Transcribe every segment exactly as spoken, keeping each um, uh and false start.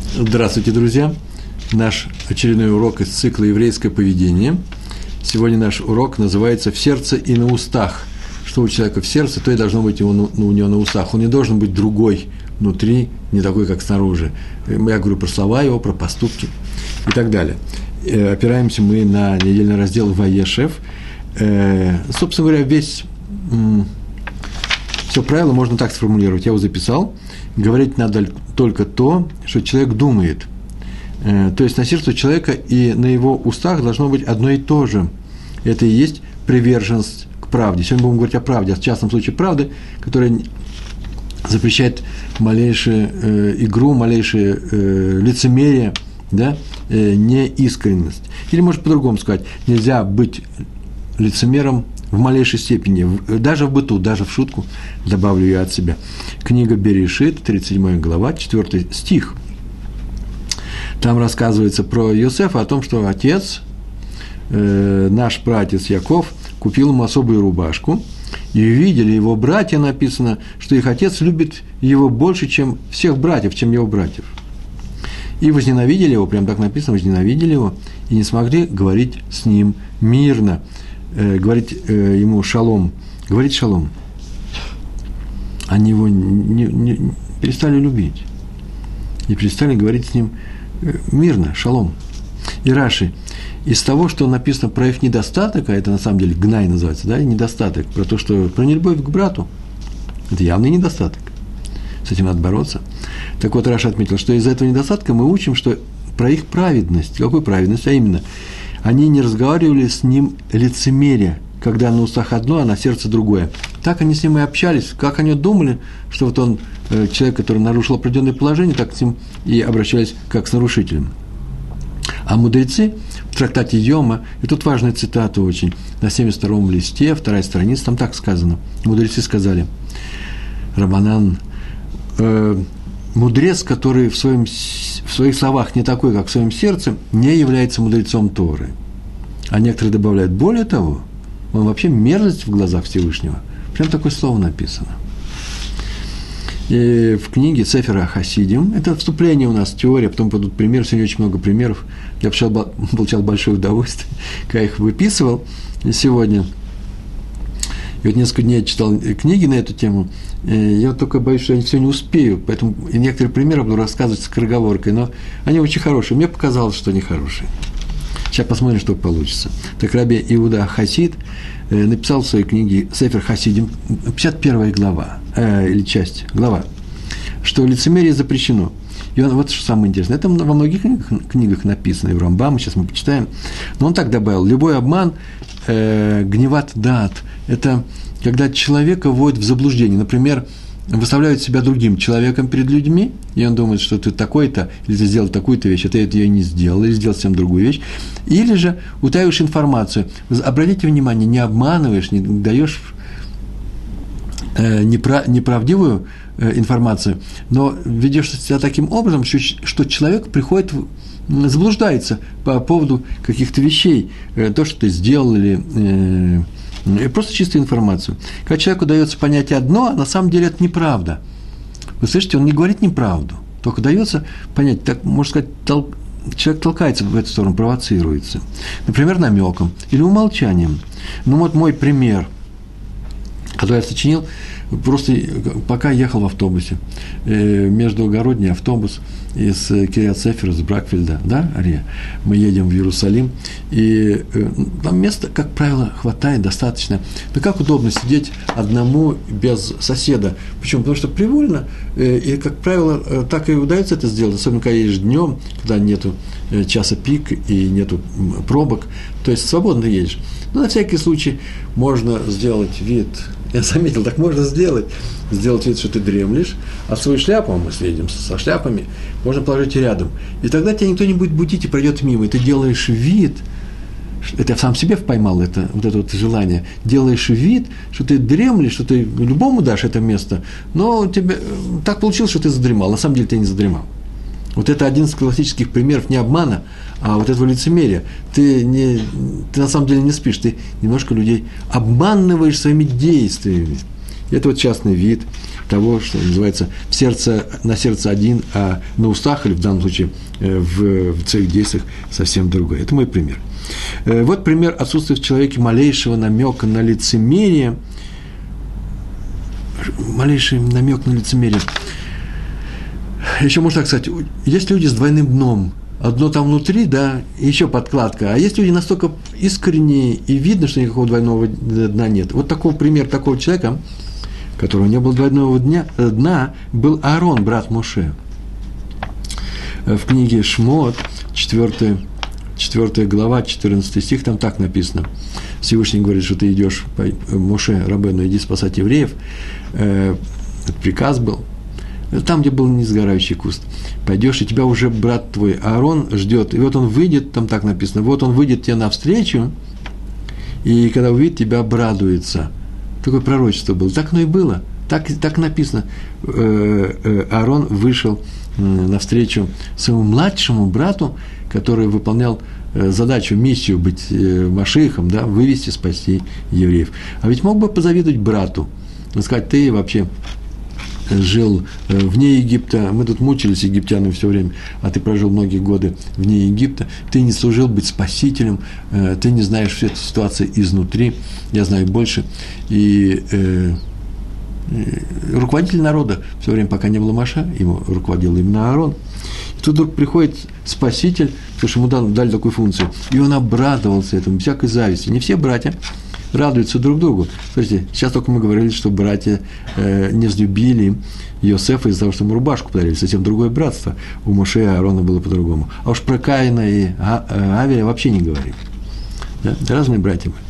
Здравствуйте, друзья! Наш очередной урок из цикла «Еврейское поведение». Сегодня наш урок называется «В сердце и на устах». Что у человека в сердце, то и должно быть у него на устах. Он не должен быть другой внутри, не такой, как снаружи. Я говорю про слова его, про поступки и так далее. Опираемся мы на недельный раздел «Ваешев». Собственно говоря, весь... Все правило можно так сформулировать. Я его записал. Говорить надо только то, что человек думает. То есть на сердце человека и на его устах должно быть одно и то же. Это и есть приверженность к правде. Сегодня будем говорить о правде, о частном случае правды, которая запрещает малейшую э, игру, малейшее э, лицемерие, да, э, неискренность. Или, может, по-другому сказать, нельзя быть лицемером в малейшей степени, даже в быту, даже в шутку, добавлю я от себя. Книга Берешит, тридцать седьмая глава, четвёртый стих. Там рассказывается про Йосефа, о том, что отец, э, наш праотец Яков, купил ему особую рубашку, и увидели его братья, написано, что их отец любит его больше, чем всех братьев, чем его братьев. И возненавидели его, прям так написано, возненавидели его, и не смогли говорить с ним мирно. Говорить э, ему шалом, говорить шалом. Они его не, не, перестали любить и перестали говорить с ним мирно, шалом. И Раши, из того, что написано про их недостаток, а это на самом деле гнай называется, да, недостаток, про то, что про нелюбовь к брату, это явный недостаток, с этим надо бороться. Так вот, Раши отметил, что из-за этого недостатка мы учим, что про их праведность, какую праведность, а именно – они не разговаривали с ним лицемерие, когда на устах одно, а на сердце другое. Так они с ним и общались, как они думали, что вот он человек, который нарушил определенное положение, так с ним и обращались как с нарушителем. А мудрецы в трактате Йома, и тут важная цитата очень, на семьдесят втором листе, вторая страница, там так сказано. Мудрецы сказали, Рабанан, э, мудрец, который в, своем, в своих словах не такой, как в своем сердце, не является мудрецом Торы. А некоторые добавляют, более того, он вообще мерзость в глазах Всевышнего. Прям такое слово написано. И в книге Сефер ха-Хасидим, это вступление у нас, теория, потом пойдут примеры, сегодня очень много примеров. Я получал большое удовольствие, когда их выписывал сегодня. И вот несколько дней я читал книги на эту тему, я вот только боюсь, что я все не успею, поэтому некоторые примеры буду рассказывать с скороговоркой, но они очень хорошие, мне показалось, что они хорошие. Сейчас посмотрим, что получится. Так Раби Иуда Хасид написал в своей книге Сефер ха-Хасидим, пятьдесят первая глава, э, или часть, глава, что лицемерие запрещено. И он, вот что самое интересное, это во многих книгах, книгах написано, и в Рамбаме, сейчас мы почитаем, но он так добавил, любой обман, э, гневат дат, это когда человека вводят в заблуждение, например, выставляют себя другим человеком перед людьми, и он думает, что ты такой-то, или ты сделал такую-то вещь, а ты ее не сделал, или сделал совсем другую вещь, или же утаиваешь информацию. Обратите внимание, не обманываешь, не даешь э, неправ, неправдивую э, информацию, но ведешь себя таким образом, что, что человек приходит, заблуждается по поводу каких-то вещей, э, то, что ты сделал, или... Э, просто чистую информацию. Когда человеку удается понять одно, а на самом деле это неправда. Вы слышите, он не говорит неправду, только дается понять, так, можно сказать, тол- человек толкается в эту сторону, провоцируется. Например, намеком или умолчанием. Ну вот мой пример, который я сочинил, просто пока ехал в автобусе, междугородний автобус из Кириат-Сефера, из Бракфельда, да, Ария, мы едем в Иерусалим, и там места, как правило, хватает достаточно. Но как удобно сидеть одному без соседа. Почему? Потому что привольно, и, как правило, так и удается это сделать, особенно когда едешь днем, когда нету часа пик и нету пробок, то есть свободно едешь. Но на всякий случай можно сделать вид, я заметил, так можно сделать, сделать вид, что ты дремлешь, а свою шляпу, мы следим со шляпами, можно положить рядом. И тогда тебя никто не будет будить и пройдет мимо. И ты делаешь вид, это я сам себе поймал, это, вот это вот желание, делаешь вид, что ты дремлешь, что ты любому дашь это место, но тебе так получилось, что ты задремал, на самом деле ты не задремал. Вот это один из классических примеров не обмана, а вот этого лицемерия. Ты, не, ты на самом деле не спишь, ты немножко людей обманываешь своими действиями. Это вот частный вид того, что называется в сердце, на сердце один, а на устах, или в данном случае в, в своих действиях совсем другой. Это мой пример. Вот пример отсутствия в человеке малейшего намека на лицемерие. Малейший намек на лицемерие. Еще можно так сказать, есть люди с двойным дном. Одно там внутри, да, еще подкладка. А есть люди настолько искренние, и видно, что никакого двойного дна нет. Вот такой пример такого человека, у которого не было двойного дня, дна, был Аарон, брат Моше. В книге Шмот, четвёртая, четвёртая глава, четырнадцатый стих, там так написано. Всевышний говорит, что ты идешь, Моше, рабену, иди спасать евреев. Этот приказ был. Там, где был несгорающий куст. Пойдешь, и тебя уже брат твой Аарон ждет. И вот он выйдет, там так написано, вот он выйдет тебе навстречу, и когда увидит тебя, обрадуется. Такое пророчество было. Так оно и было. Так, так написано. Аарон вышел навстречу своему младшему брату, который выполнял задачу, миссию быть Машиахом, да, вывести, спасти евреев. А ведь мог бы позавидовать брату, сказать, ты вообще жил вне Египта, мы тут мучились египтянами все время, а ты прожил многие годы вне Египта, ты не служил быть спасителем, ты не знаешь всю эту ситуацию изнутри, я знаю больше, и э, руководитель народа все время, пока не было Моше, ему руководил именно Аарон. И тут вдруг приходит спаситель, потому что ему дали, дали такую функцию, и он обрадовался этому, без всякой зависти. Не все братья радуются друг другу. Смотрите, сейчас только мы говорили, что братья э, не взлюбили Йосефа из-за того, что ему рубашку подарили. Совсем другое братство. У Моше и Аарона было по-другому. А уж про Каина и а, Авеля вообще не говорили. Да? Разные братья были.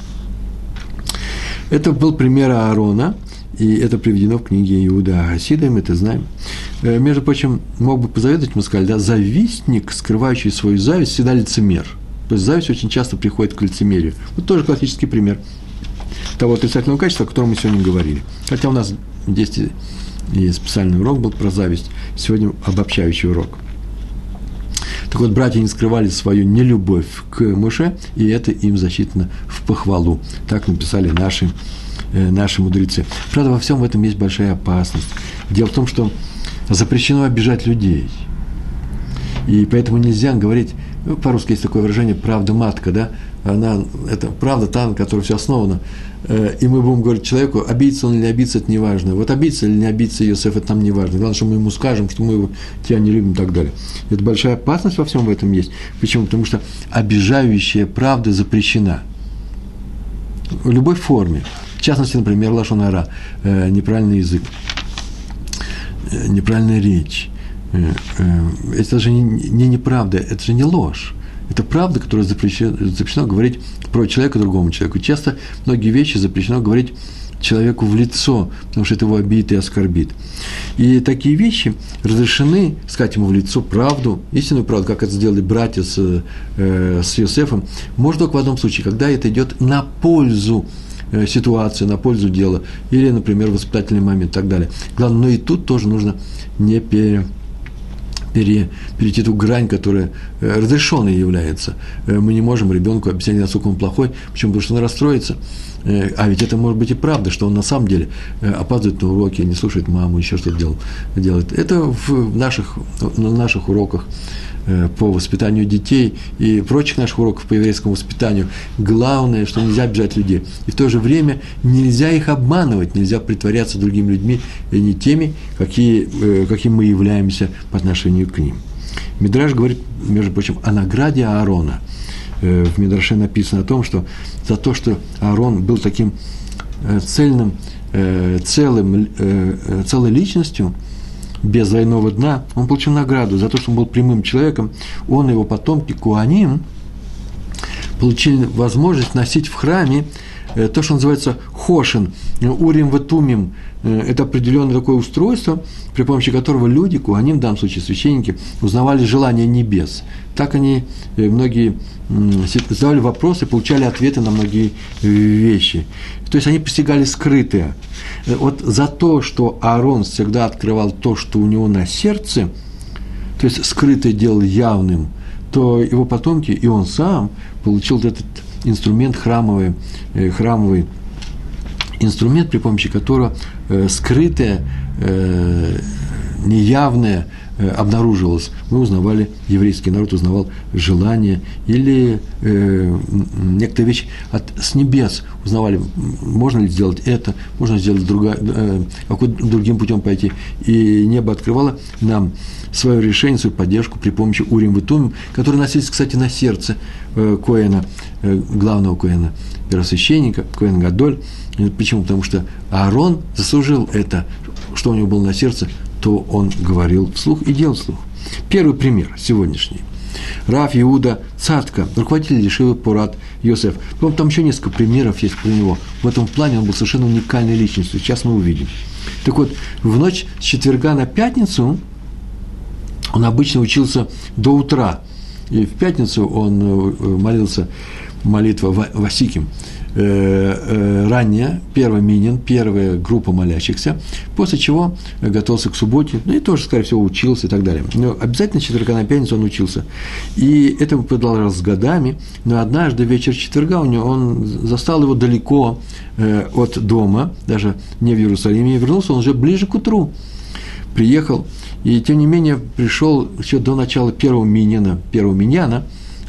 Это был пример Аарона, и это приведено в книге Иуда Хасида, мы это знаем. Э, между прочим, мог бы позавидовать, мы сказали, да, завистник, скрывающий свою зависть, всегда лицемер. То есть зависть очень часто приходит к лицемерию. Вот тоже классический пример того отрицательного качества, о котором мы сегодня говорили. Хотя у нас здесь и специальный урок был про зависть, сегодня обобщающий урок. Так вот, братья не скрывали свою нелюбовь к Моше, и это им засчитано в похвалу. Так написали наши, э, наши мудрецы. Правда, во всем этом есть большая опасность. Дело в том, что запрещено обижать людей. И поэтому нельзя говорить, ну, по-русски есть такое выражение «правда матка», да, она, это правда та, на которой все основано, и мы будем говорить человеку, обидится он или не обидится, это не важно. Вот обидится или не обидится Йосеф, это нам не важно. Главное, что мы ему скажем, что мы его, тебя не любим и так далее. Это большая опасность во всем в этом есть. Почему? Потому что обижающая правда запрещена. В любой форме. В частности, например, лашон ара, неправильный язык, неправильная речь. Это же не, не неправда, это же не ложь. Это правда, которая запрещено, запрещено говорить про человека другому человеку. Часто многие вещи запрещено говорить человеку в лицо, потому что это его обидит и оскорбит. И такие вещи разрешены сказать ему в лицо правду, истинную правду, как это сделали братья с, э, с Йосефом, можно только в одном случае, когда это идет на пользу э, ситуации, на пользу дела, или, например, воспитательный момент и так далее. Главное, но и тут тоже нужно не пере... перейти ту грань, которая разрешенной является. Мы не можем ребенку объяснять, насколько он плохой, почему? Потому что он расстроится. А ведь это может быть и правда, что он на самом деле опаздывает на уроки, не слушает маму, еще что-то делает. Это в наших, на наших уроках по воспитанию детей и прочих наших уроков по еврейскому воспитанию. Главное, что нельзя обижать людей. И в то же время нельзя их обманывать, нельзя притворяться другими людьми и не теми, какие, каким мы являемся по отношению к ним. Мидраш говорит, между прочим, о награде Аарона. В Мидраше написано о том, что за то, что Аарон был таким цельным, целым, целой личностью, без двойного дна, он получил награду за то, что он был прямым человеком. Он и его потомки, Коаним, получили возможность носить в храме то, что называется хошин, урим ватумим. Это определенное такое устройство, при помощи которого люди, Коаним, в данном случае священники, узнавали желания небес. Так они, многие, задавали вопросы, получали ответы на многие вещи. То есть они постигали скрытое. Вот за то, что Аарон всегда открывал то, что у него на сердце, то есть скрытое делал явным, то его потомки и он сам получил этот инструмент храмовый, храмовый инструмент, при помощи которого э, скрытое, э, неявное э, обнаруживалось. Мы узнавали, еврейский народ узнавал желание или э, некоторые вещи от, с небес узнавали, можно ли сделать это, можно сделать другая, э, каким другим путем пойти. И небо открывало нам свое решение, свою поддержку при помощи Урим и Тумим, которые носились, кстати, на сердце э, Коэна, э, главного Коэна, первосвященника, Коэн Гадоль. Почему? Потому что Аарон заслужил это, что у него было на сердце, то он говорил вслух и делал вслух. Первый пример сегодняшний. Рав Иуда Цатка, руководитель Ешивы Порат Йосеф. Потом там еще несколько примеров есть про него. В этом плане он был совершенно уникальной личностью. Сейчас мы увидим. Так вот, в ночь с четверга на пятницу он обычно учился до утра. И в пятницу он молился молитва Васиким. Ранее, первый минин, первая группа молящихся, после чего готовился к субботе, ну и тоже, скорее всего, учился и так далее. Но обязательно четверга на пятницу он учился. И это продолжалось с годами, но однажды вечер четверга у него, он застал его далеко от дома, даже не в Иерусалиме, и вернулся он уже ближе к утру. Приехал, и тем не менее пришел еще до начала первого миньяна, первого миньяна,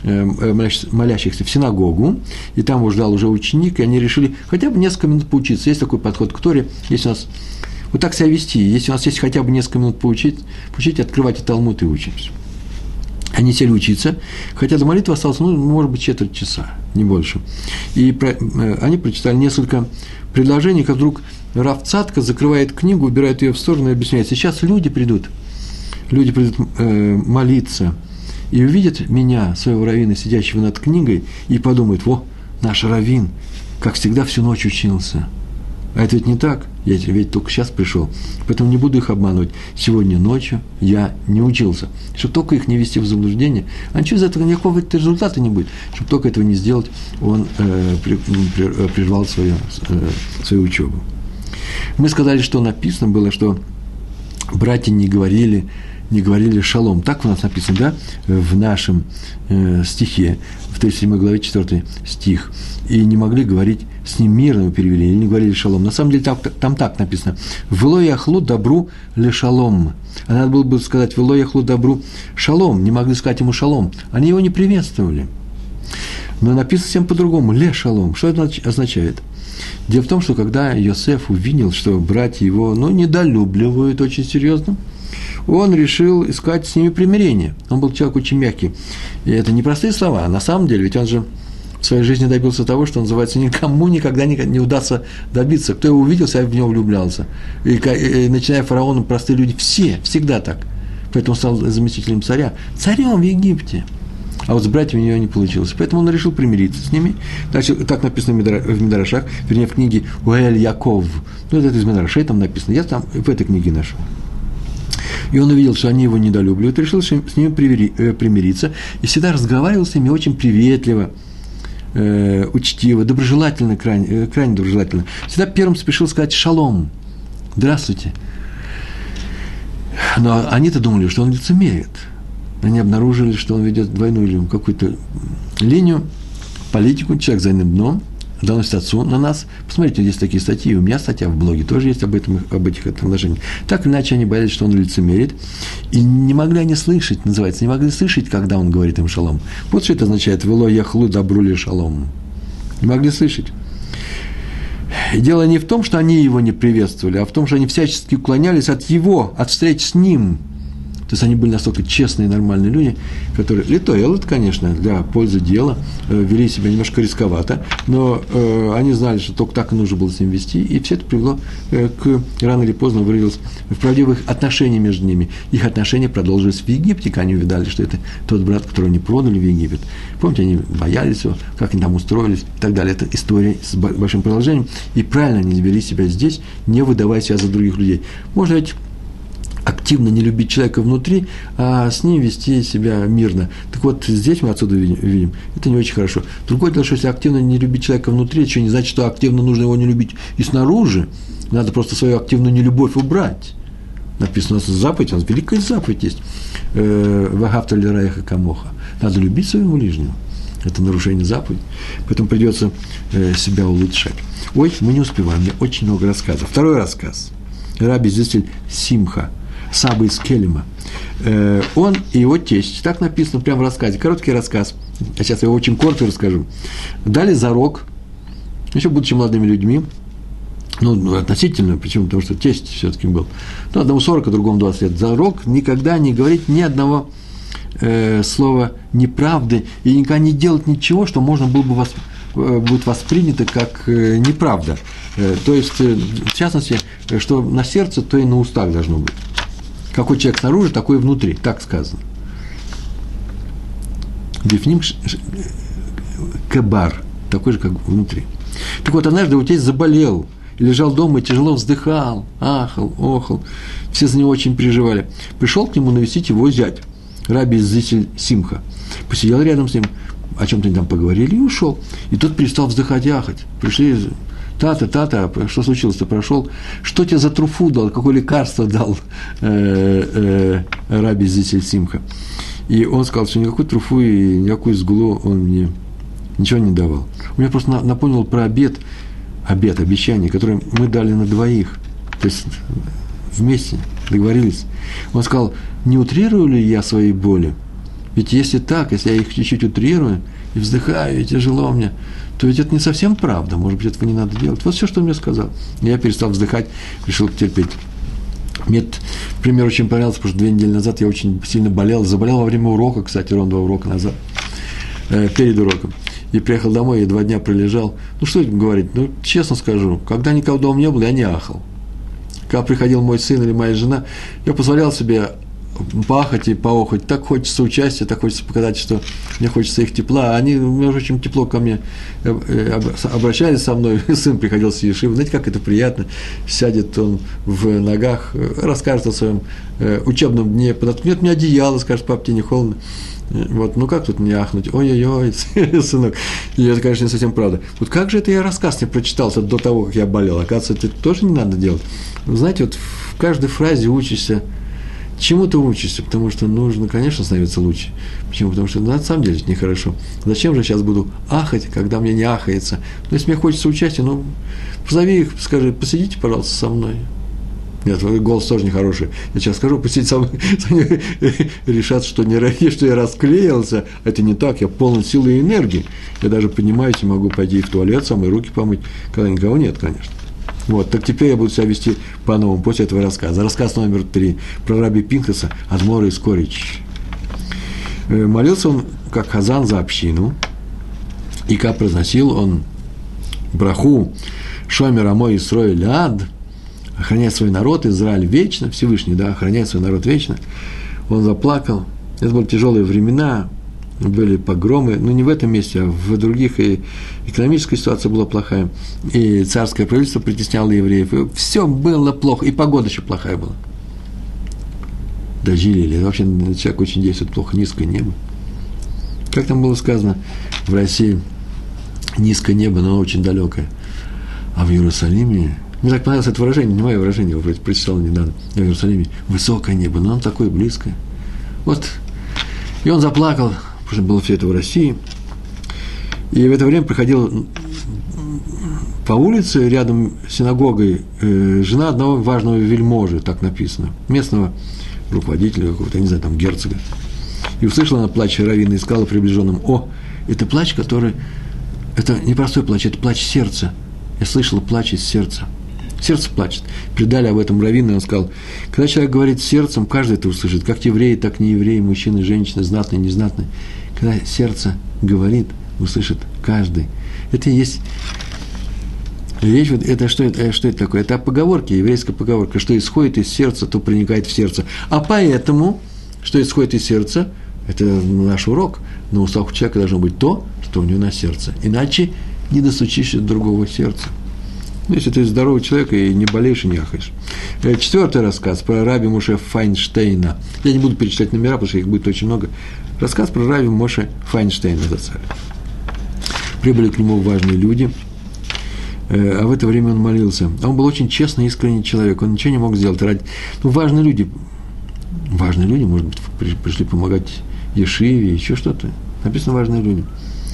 молящихся в синагогу, и там его ждал уже ученик, и они решили хотя бы несколько минут поучиться. Есть такой подход к Торе, если у нас вот так себя вести, если у нас есть хотя бы несколько минут поучить, поучить, открывайте Талмуд и учимся. Они сели учиться, хотя до молитвы осталось, ну, может быть, четверть часа, не больше. И про, они прочитали несколько предложений, как вдруг Рав Цатка закрывает книгу, убирает ее в сторону и объясняет: сейчас люди придут, люди придут э, молиться, и увидят меня, своего раввина, сидящего над книгой, и подумают: во, наш раввин, как всегда, всю ночь учился. А это ведь не так, я ведь только сейчас пришел, поэтому не буду их обманывать. Сегодня ночью я не учился, чтобы только их не ввести в заблуждение, а ничего из этого, никакого результата не будет. Чтобы только этого не сделать, он э, прервал свою, э, свою учебу. Мы сказали, что написано было, что братья не говорили, не говорили шалом. Так у нас написано, да, в нашем э, стихе, в тридцать седьмой главе, четвёртый стих. И не могли говорить с ним мирно, мы перевели, или не говорили шалом. На самом деле там, там так написано: «Вело яхлу добру ле шалом». А надо было бы сказать: «Вело яхлу добру шалом». Не могли сказать ему шалом. Они его не приветствовали. Но написано всем по-другому: ле шалом. Что это означает? Дело в том, что когда Йосеф увидел, что братья его, ну, недолюбливают очень серьезно, он решил искать с ними примирение. Он был человек очень мягкий. И это не простые слова, а на самом деле, ведь он же в своей жизни добился того, что называется, никому никогда не, не удастся добиться. Кто его увидел, я в него влюблялся. И, и, начиная фараоном, простые люди, все, всегда так. Поэтому он стал заместителем царя. Царем в Египте. А вот с братьями у него не получилось. Поэтому он решил примириться с ними. Дальше, так написано в Мидрашах, вернее, в книге Уэль Яков. Ну, это из Мидрашей там написано. Я там в этой книге нашел. И он увидел, что они его недолюбливают, решил с ними примириться, и всегда разговаривал с ними очень приветливо, э, учтиво, доброжелательно, крайне, крайне доброжелательно. Всегда первым спешил сказать «шалом», «здравствуйте». Но они-то думали, что он лицемерит. Они обнаружили, что он ведет двойную линию, какую-то линию, политику, человек за иным дном, доносит отцу на нас. Посмотрите, есть такие статьи, у меня статья в блоге тоже есть об, этом, об этих отношениях. Так или иначе, они боялись, что он лицемерит, и не могли они слышать, называется, не могли слышать, когда он говорит им шалом. Вот что это означает: «Вело яхлу добру ли шалом». Не могли слышать. И дело не в том, что они его не приветствовали, а в том, что они всячески уклонялись от его, от встреч с ним. То есть они были настолько честные и нормальные люди, которые, литоэл, это, конечно, для пользы дела, э, вели себя немножко рисковато, но э, они знали, что только так и нужно было с ним вести, и все это привело э, к, рано или поздно выразилось в правдивых отношениях между ними. Их отношения продолжились в Египте, когда они увидали, что это тот брат, которого они продали в Египет. Помните, они боялись его, как они там устроились и так далее. Это история с большим продолжением, и правильно они вели себя здесь, не выдавая себя за других людей. Можно ведь активно не любить человека внутри, а с ним вести себя мирно. Так вот, здесь мы отсюда видим, это не очень хорошо. Другое дело, что если активно не любить человека внутри, это еще не значит, что активно нужно его не любить и снаружи. Надо просто свою активную нелюбовь убрать. Написано у нас заповедь, у нас великая заповедь есть. «Вагафта лираэха камоха». Надо любить своего ближнего. это нарушение заповедей. Поэтому придется э, себя улучшать. Ой, мы не успеваем, мне очень много рассказов. Второй рассказ. Раби Зитель Симха, Саба из Келема. Э, он и его тесть, так написано прямо в рассказе, короткий рассказ. Я сейчас его очень коротко расскажу. Дали зарок, еще будучи молодыми людьми, ну, относительно, почему? Потому что тесть все-таки был. Ну, одному сорок, а другому двадцать лет. Зарок никогда не говорить ни одного э, слова неправды и никогда не делать ничего, что можно было бы вас, э, будет воспринято как э, неправда. Э, то есть, э, в частности, что на сердце, то и на устах должно быть. Какой человек снаружи, такой и внутри, так сказано. Бифним кабар, такой же, как внутри. Так вот, однажды его тесть заболел, и лежал дома и тяжело вздыхал, ахал, охал. Все за него очень переживали. Пришел к нему навестить его зять, Раби Зитель Симха. Посидел рядом с ним, о чем-то они там поговорили, и ушел. И тот перестал вздыхать и ахать. Пришли, тата, тата, что случилось-то, прошел? Что тебе за труфу дал, какое лекарство дал э, э, Раби Зитель Симха? И он сказал, что никакой труфу и никакую сгулу он мне ничего не давал. Он мне просто напомнил про обед, обет, обещание, которое мы дали на двоих, то есть вместе договорились. Он сказал, не утрирую ли я свои боли? Ведь если так, если я их чуть-чуть утрирую, и вздыхаю, и тяжело мне, то ведь это не совсем правда, может быть, этого не надо делать. Вот все, что он мне сказал. Я перестал вздыхать, решил терпеть. Мне этот пример очень понравился, потому что две недели назад я очень сильно болел, заболел во время урока, кстати, ровно два урока назад, э, перед уроком. И приехал домой, и два дня пролежал. Ну, что говорить? Ну, честно скажу, когда никого дома не было, я не ахал. Когда приходил мой сын или моя жена, я позволял себе поахать и поохать. Так хочется участия, так хочется показать, что мне хочется их тепла. Они, между прочим, тепло ко мне обращались со мной. Сын приходил с ешивы. Знаете, как это приятно. Сядет он в ногах, расскажет о своем учебном дне, подоткнет мне одеяло, скажет, пап, тебе не холодно. Вот, ну как тут не ахнуть? Ой-ой-ой, сынок. И это, конечно, не совсем правда. Вот как же это я рассказ не прочитался до того, как я болел? Оказывается, это тоже не надо делать. Вы знаете, вот в каждой фразе учишься, чему-то учишься, потому что нужно, конечно, становиться лучше. Почему? Потому что, ну, на самом деле, это нехорошо. Зачем же я сейчас буду ахать, когда мне не ахается? Ну, если мне хочется участия, ну, позови их, скажи, посидите, пожалуйста, со мной. Нет, голос тоже нехороший. Я сейчас скажу, посидеть со мной, решат, что, не, что я расклеился. Это не так, я полон силы и энергии. Я даже поднимаюсь и могу пойти в туалет, самые руки помыть, когда никого нет, конечно. Вот, так теперь я буду себя вести по-новому после этого рассказа. Рассказ номер три про раби Пинхаса Адмора из Корич. Молился он, как хазан, за общину, и как произносил он браху Шомер Амой Исроэль Ад, охраняет свой народ, Израиль вечно, Всевышний, да, охраняет свой народ вечно. Он заплакал. Это были тяжелые времена, были погромы, ну, не в этом месте, а в других, и экономическая ситуация была плохая, и царское правительство притесняло евреев, и все было плохо, и погода еще плохая была. Дожди лили, вообще человек очень действует плохо, низкое небо. Как там было сказано в России, низкое небо, но очень далекое, а в Иерусалиме, мне так понравилось это выражение, не мое выражение, его вроде прочитал недавно, в Иерусалиме, высокое небо, но оно такое близкое. Вот, и он заплакал, потому что было все это в России, и в это время проходила по улице рядом с синагогой э, жена одного важного вельможи, так написано, местного руководителя какого-то, я не знаю, там, герцога. И услышала она плач раввина и сказала приближенным: о, это плач, который, это не простой плач, это плач сердца. Я слышала плач из сердца. Сердце плачет. Передали об этом раввину, и он сказал: когда человек говорит сердцем, каждый это услышит, как евреи, так и не евреи, мужчины, женщины, знатные, незнатные. Когда сердце говорит, услышит каждый. Это и есть речь, вот это что, это что это такое? Это поговорки, еврейская поговорка, что исходит из сердца, то проникает в сердце. А поэтому, что исходит из сердца, это наш урок, на устах у человека должно быть то, что у него на сердце. Иначе не достучишься до другого сердца. Ну, если ты здоровый человек и не болеешь, и не ахаешь. Четвертый рассказ про раби Моше Файнштейна. Я не буду перечислять номера, потому что их будет очень много. Рассказ про раби Моше Файнштейна. Прибыли к нему важные люди, а в это время он молился. А он был очень честный, искренний человек, он ничего не мог сделать ради... Ну, важные люди, важные люди, может быть, пришли помогать Ешиве, еще что-то. Написано «важные люди».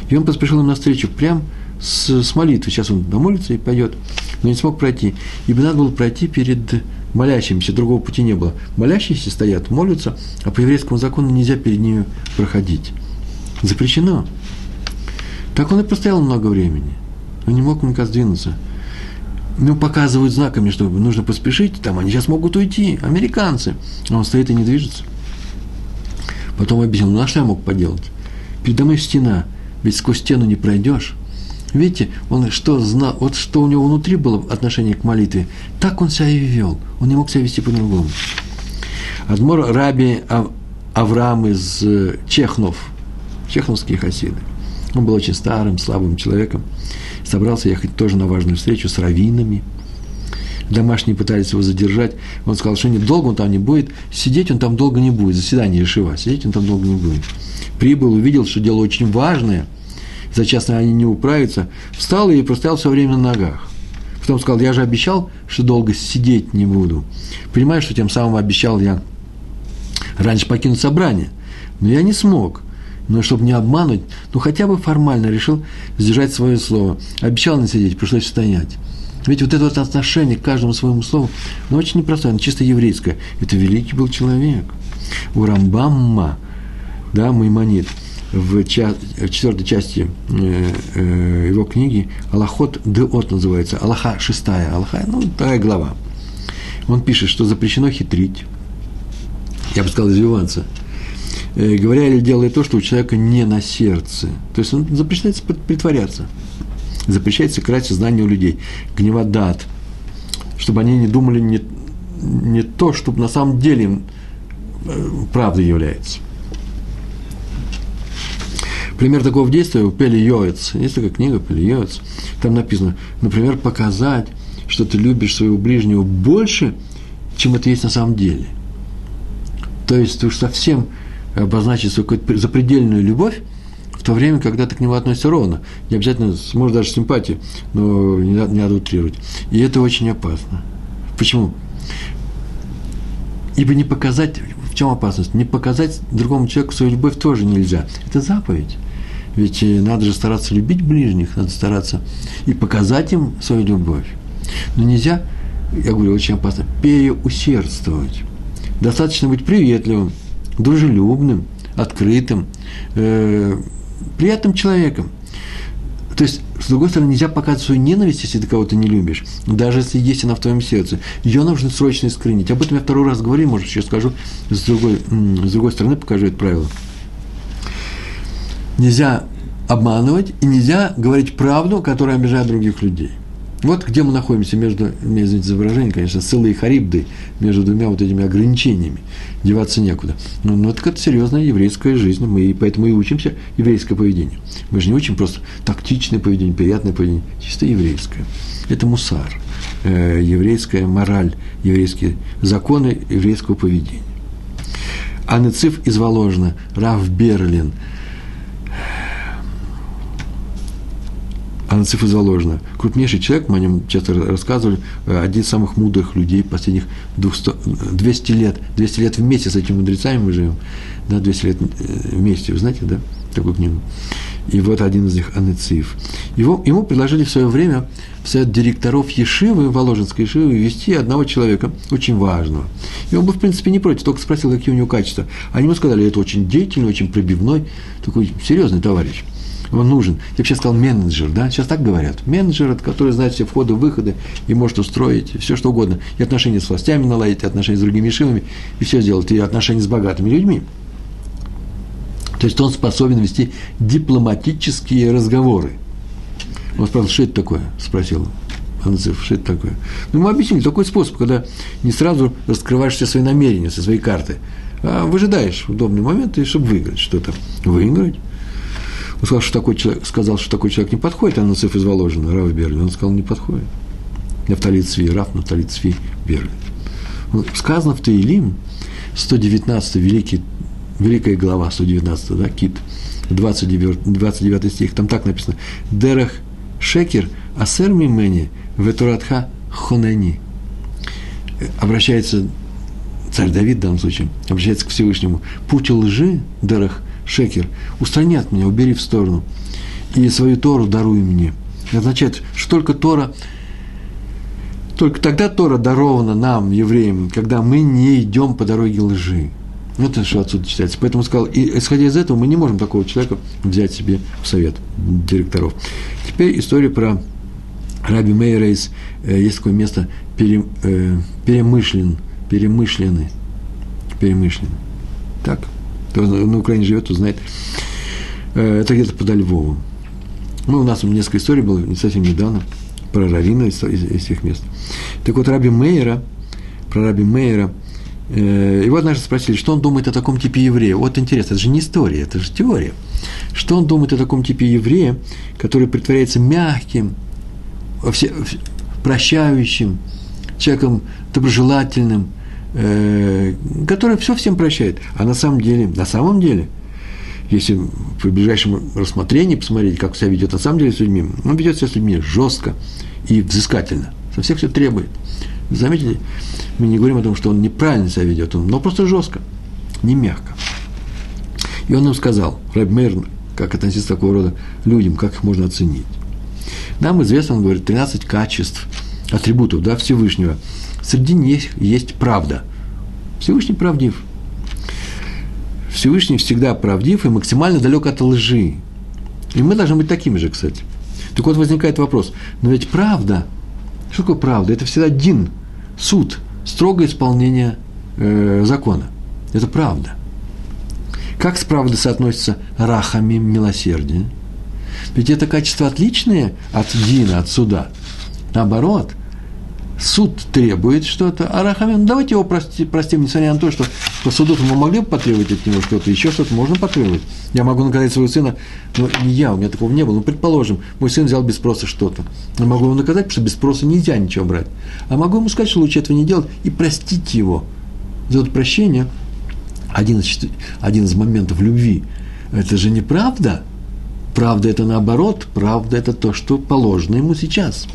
И он поспешил им навстречу прямо с, с молитвой. Сейчас он домолится и пойдет, но не смог пройти. Ибо надо было пройти перед молящимися, другого пути не было. Молящиеся стоят, молятся, а по еврейскому закону нельзя перед ними проходить. Запрещено. Так он и простоял много времени. Он не мог никак сдвинуться. Ну, показывают знаками, что нужно поспешить, там они сейчас могут уйти, американцы. А он стоит и не движется. Потом объяснил, ну, а что я мог поделать? Передо мной стена, ведь сквозь стену не пройдешь. Видите, он что знал, вот что у него внутри было отношение к молитве, так он себя и вел. Он не мог себя вести по-другому. Адмор Раби Авраам из Чехнов, чехновские хасиды. Он был очень старым, слабым человеком. Собрался ехать тоже на важную встречу с раввинами. Домашние пытались его задержать. Он сказал, что нет, долго он там не будет. Сидеть он там долго не будет. Заседание Ешива. Сидеть он там долго не будет. Прибыл, увидел, что дело очень важное. За час они не управятся. Встал и простоял все время на ногах. Потом сказал, я же обещал, что долго сидеть не буду. Понимаю, что тем самым обещал я раньше покинуть собрание. Но я не смог. Но чтобы не обмануть, ну хотя бы формально решил сдержать свое слово. Обещал не сидеть, пришлось стоять. Ведь вот это вот отношение к каждому своему слову, ну очень непростое, оно чисто еврейское. Это великий был человек. У Рамбамма, да, Маймонид, в, ча- в четвертой части э, э, его книги Алахот Деот называется, Алаха шестая, Алаха, ну такая глава. Он пишет, что запрещено хитрить, я бы сказал, извиваться, говоря или делая то, что у человека не на сердце. То есть он запрещается притворяться. Запрещается крать знания у людей. Гневодат. Чтобы они не думали не, не то, что на самом деле правдой является. Пример такого действия у Пели Йоэц. Есть такая книга Пели Йоэц. Там написано, например, показать, что ты любишь своего ближнего больше, чем это есть на самом деле. То есть ты уж совсем обозначить свою какую-то запредельную любовь в то время, когда ты к нему относишься ровно. Не обязательно, может, даже симпатию, но не надо, не надо утрировать. И это очень опасно. Почему? Ибо не показать, в чем опасность? Не показать другому человеку свою любовь тоже нельзя. Это заповедь. Ведь надо же стараться любить ближних, надо стараться и показать им свою любовь. Но нельзя, я говорю, очень опасно, переусердствовать. Достаточно быть приветливым, дружелюбным, открытым, э, приятным человеком. То есть, с другой стороны, нельзя показывать свою ненависть, если ты кого-то не любишь, даже если есть она в твоем сердце. Ее нужно срочно искоренить. Об этом я второй раз говорил, может, сейчас скажу, с другой, с другой стороны покажу это правило. Нельзя обманывать и нельзя говорить правду, которая обижает других людей. Вот где мы находимся между, извините за выражение, конечно, сылой и харибдой, между двумя вот этими ограничениями, деваться некуда. Но, но это, это серьезная еврейская жизнь, мы и поэтому и учимся еврейское поведение. Мы же не учим просто тактичное поведение, приятное поведение, чисто еврейское. Это мусар, э, еврейская мораль, еврейские законы еврейского поведения. А Нецив из Воложина, Рав Берлин, Анациф из Воложина. Крупнейший человек, мы о нем часто рассказывали, один из самых мудрых людей последних двести лет. двести лет вместе с этими мудрецами мы живем. Да, двести лет вместе, вы знаете, да, такую книгу. И вот один из них Анациф. Его, ему предложили в свое время в совет директоров Ешивы, Воложенской Ешивы, ввести одного человека, очень важного. И он был, в принципе, не против, только спросил, какие у него качества. Они ему сказали, это очень деятельный, очень пробивной, такой серьезный товарищ. Он нужен. Я бы сейчас сказал менеджер, да? Сейчас так говорят. Менеджер, который знает все входы, выходы и может устроить все, что угодно. И отношения с властями наладить, и отношения с другими ешивами, и все сделать, и отношения с богатыми людьми. То есть он способен вести дипломатические разговоры. Он спросил, что это такое? Спросил Анациф, что это такое? Ну, ему объяснили, такой способ, когда не сразу раскрываешь все свои намерения, все свои карты, а выжидаешь удобный момент, и чтобы выиграть что-то. Выиграть. Он сказал, что такой человек, сказал, что такой человек не подходит, Анациф из Воложина, Рав Берлин. Он сказал, не подходит. Нафтали Цви, Рав Нафтали Цви Берлин. Сказано в Теилим, сто девятнадцатый, великий, великая глава, сто девятнадцатый, да, Кит, двадцать девятый стих, там так написано, «Дерах шекер асер мимени ветуратха хонени». Обращается царь Давид в данном случае, обращается к Всевышнему. «Путь лжи, Дерах шекер, устрани от меня, убери в сторону. и свою Тору даруй мне. Это означает, что только Тора, только тогда Тора дарована нам, евреям, когда мы не идем по дороге лжи. Вот это что отсюда читается. Поэтому сказал, и исходя из этого, мы не можем такого человека взять себе в совет директоров. Теперь история про Раби Мейра из, э, есть такое место, пере, э, перемышлен, перемышленный, перемышленный. Так, кто на Украине живет, кто знает. Э, это где-то подо Львовом. Ну, у нас несколько историй было, не совсем недавно, про раввина из, из, из этих мест. Так вот, Раби Мейра, про Раби Мейра, э, его однажды спросили, что он думает о таком типе еврея. Вот интересно, это же не история, это же теория. Что он думает о таком типе еврея, который притворяется мягким, все, прощающим, человеком доброжелательным, э, который все всем прощает. А на самом деле, на самом деле, если при ближайшем рассмотрении посмотреть, как себя ведет на самом деле с людьми, он ведет себя с людьми жестко и взыскательно, со всех все требует. Вы заметили, мы не говорим о том, что он неправильно себя ведет, он, но просто жестко, не мягко. И он нам сказал, Раби Мейр, как относиться к такого рода людям, как их можно оценить. Нам известно, он говорит, тринадцать качеств, атрибутов, да, Всевышнего. Среди них есть правда. Всевышний правдив. Всевышний всегда правдив и максимально далек от лжи. И мы должны быть такими же, кстати. Так вот, возникает вопрос, но ведь правда, что такое правда? Это всегда дин, суд, строгое исполнение э, закона. Это правда. Как с правдой соотносится рахамим, милосердие? Ведь это качество отличное от дина, от суда. Наоборот, суд требует что-то, а рахамим, ну, давайте его прости, простим, несмотря на то, что по суду мы могли бы потребовать от него что-то, еще что-то можно потребовать. Я могу наказать своего сына, но не я, у меня такого не было. Ну, предположим, мой сын взял без спроса что-то. Я могу его наказать, потому что без спроса нельзя ничего брать. А могу ему сказать, что лучше этого не делать, и простить его. За это прощение, один из, один из моментов любви, это же неправда. Правда – это наоборот, правда – это то, что положено ему сейчас.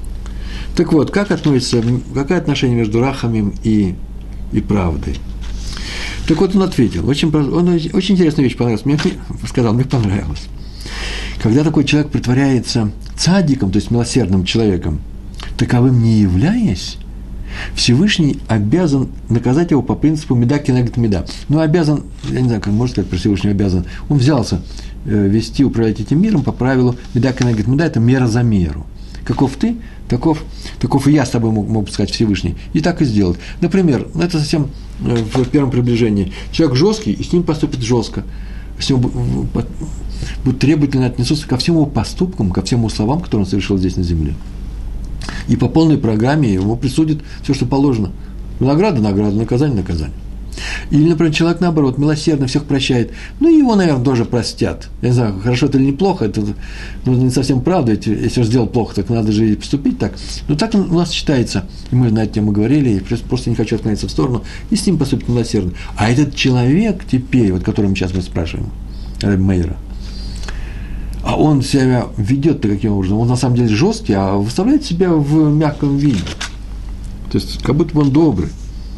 Так вот, как относится, какое отношение между рахамим и, и правдой? Так вот, он ответил, очень, он очень интересную вещь понравилась, мне сказал, мне понравилось. Когда такой человек притворяется цадиком, то есть милосердным человеком, таковым не являясь, Всевышний обязан наказать его по принципу меда кенегет меда. Ну, обязан, я не знаю, как можно сказать про Всевышнего обязан, он взялся вести, управлять этим миром по правилу меда кенегет меда, это мера за меру. Каков ты, таков, таков и я с тобой мог, мог сказать Всевышний. И так и сделать. Например, это совсем в первом приближении. Человек жесткий, и с ним поступит жестко. С ним будут требовательно отнесутся ко всем его поступкам, ко всем его словам, которые он совершил здесь на земле. И по полной программе ему присудит все, что положено. Награда, награда, наказание, наказание. Или, например, человек, наоборот, милосердно всех прощает. Ну, и его, наверное, тоже простят. Я не знаю, хорошо это или неплохо, это ну, не совсем правда. Ведь если он сделал плохо, так надо же и поступить так. Но так у нас считается, и мы на эту тему говорили, и просто не хочу отклоняться в сторону, и с ним поступит милосердно. А этот человек теперь, вот которого мы сейчас мы спрашиваем, Раби Мейра, а он себя ведет таким образом, он на самом деле жесткий, а выставляет себя в мягком виде. То есть, как будто бы он добрый.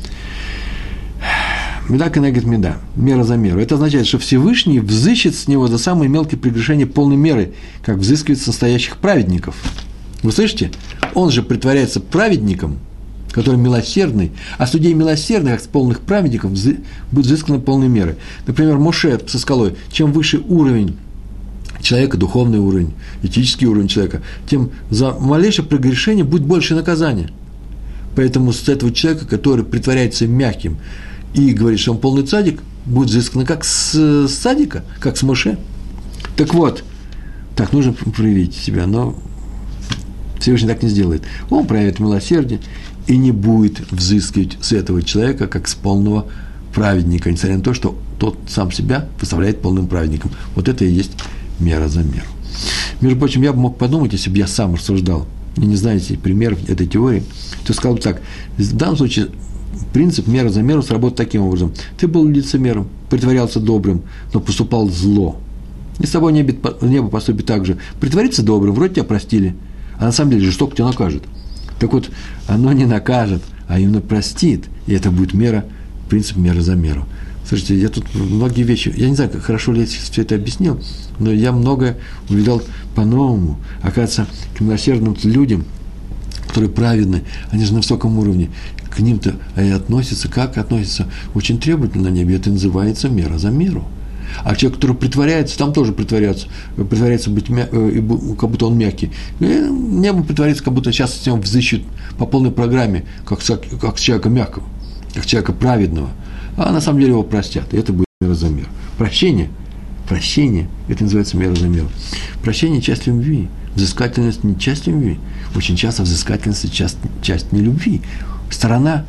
Меда кенегет меда, мера за меру. Это означает, что Всевышний взыщет с него за самые мелкие прегрешения полной меры, как взыскивает с настоящих праведников. Вы слышите? Он же притворяется праведником, который милосердный, а с людей милосердных, как с полных праведников, будет взысканы полной меры. Например, Моше со скалой, чем выше уровень человека, духовный уровень, этический уровень человека, тем за малейшее прегрешение будет больше наказания. Поэтому с этого человека, который притворяется мягким и говорит, что он полный цадик, будет взыскано как с цадика, как с Моше. Так вот, так нужно проявить себя, но Всевышний так не сделает. Он проявит милосердие и не будет взыскивать с этого человека, как с полного праведника, несмотря на то, что тот сам себя выставляет полным праведником. Вот это и есть мера за меру. Между прочим, я бы мог подумать, если бы я сам рассуждал, и не знаете примеров этой теории, то сказал бы так, в данном случае принцип мера за меру сработает таким образом. Ты был лицемером, притворялся добрым, но поступал зло. И с тобой небо поступит так же. Притвориться добрым, вроде тебя простили, а на самом деле жестоко тебя накажет. Так вот, оно не накажет, а именно простит, и это будет мера, принцип меры за меру. Слушайте, я тут многие вещи, я не знаю, как хорошо ли я все это объяснил, но я многое увидел по-новому. Оказывается, к милосердным людям, которые праведны, они же на высоком уровне, к ним-то относятся, как относятся, очень требовательно на небе. Это называется мера за меру. А человек, который притворяется, там тоже притворяется, притворяется быть мя... как будто он мягкий. Небо притворяется, как будто сейчас с ним взыщут по полной программе, как, как с человека мягкого, как человека праведного. А на самом деле его простят, и это будет мера за меру. Прощение, прощение, это называется мера за меру. Прощение – часть любви, взыскательность – не часть любви. Очень часто взыскательность – часть, часть не любви. Сторона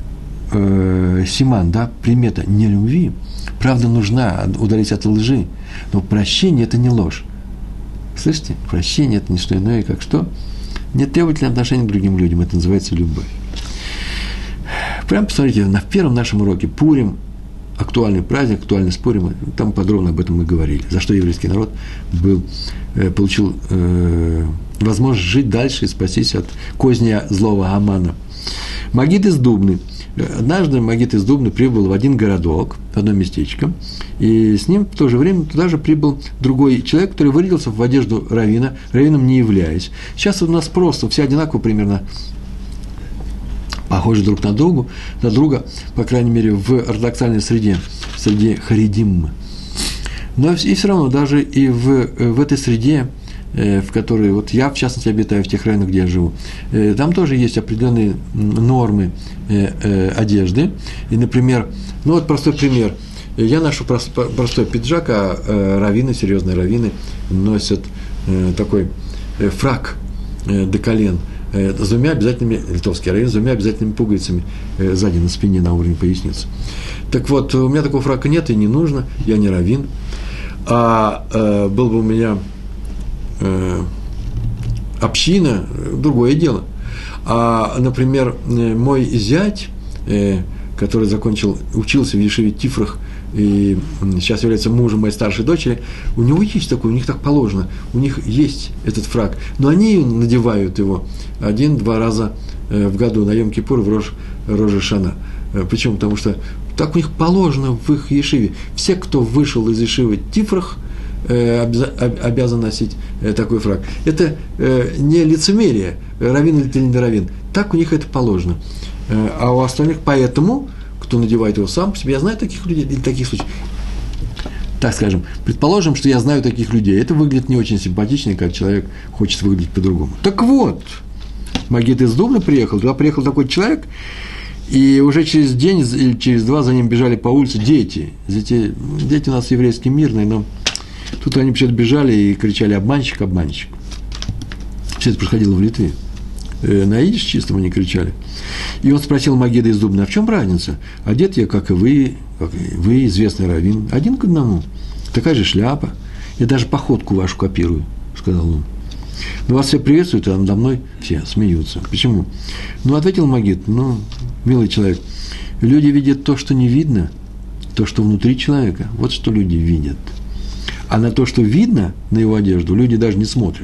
э, симан, да, примета не любви. Правда нужна, удалить от лжи, но прощение – это не ложь. Слышите? Прощение – это не что иное, как что? Нетребовательное отношение к другим людям, это называется любовь. Прямо посмотрите, на первом нашем уроке Пурим, актуальный праздник, актуальный спорим, там подробно об этом мы говорили, за что еврейский народ был, получил э, возможность жить дальше и спастись от козни злого Амана. Магид из Дубны. Однажды Магид из Дубны прибыл в один городок, в одно местечко, и с ним в то же время туда же прибыл другой человек, который вырядился в одежду раввина, раввином не являясь. Сейчас у нас просто все одинаково примерно похожи друг на другу, на друга, по крайней мере, в ортодоксальной среде, среди харидим. Но и все равно, даже и в, в этой среде, в которой вот я, в частности, обитаю, в тех районах, где я живу, там тоже есть определенные нормы одежды. И, например, ну вот простой пример. Я ношу простой пиджак, а раввины, серьезные раввины, носят такой фрак до колен, с двумя обязательными, литовский раввин, с двумя обязательными пуговицами сзади на спине на уровне поясницы. Так вот, у меня такого фрака нет и не нужно, я не раввин. А э, был бы у меня э, община, другое дело. А, например, мой зять, э, который закончил, учился в Ешиве Тифрах, и сейчас является мужем моей старшей дочери, у него есть такой, у них так положено, у них есть этот фрак, но они надевают его один-два раза в году на Йом-Кипур, в Рош, Рош ха-Шана. Почему? Потому что так у них положено в их Ешиве. Все, кто вышел из Ешивы Тифрах, обязан носить такой фрак. Это не лицемерие, раввин или не раввин. Так у них это положено. А у остальных поэтому, кто надевает его сам по себе, я знаю таких людей, или таких случаев. Так скажем, предположим, что я знаю таких людей. Это выглядит не очень симпатично, как человек хочет выглядеть по-другому. Так вот, Магид из Дубны приехал, туда приехал такой человек, и уже через день или через два за ним бежали по улице дети. Дети, дети у нас еврейские мирные, но тут они почему-то бежали и кричали «обманщик, обманщик». Все это происходило в Литве. На идиш чистом они кричали. И он спросил Магида из Дубны: а в чем разница? Одет я, как и вы, как и вы, известный раввин, один к одному. Такая же шляпа. Я даже походку вашу копирую, сказал он. Но вас все приветствуют, а надо мной все смеются. Почему? Ну, ответил Магид: ну, милый человек, люди видят то, что не видно, то, что внутри человека. Вот что люди видят. А на то, что видно на его одежду, люди даже не смотрят.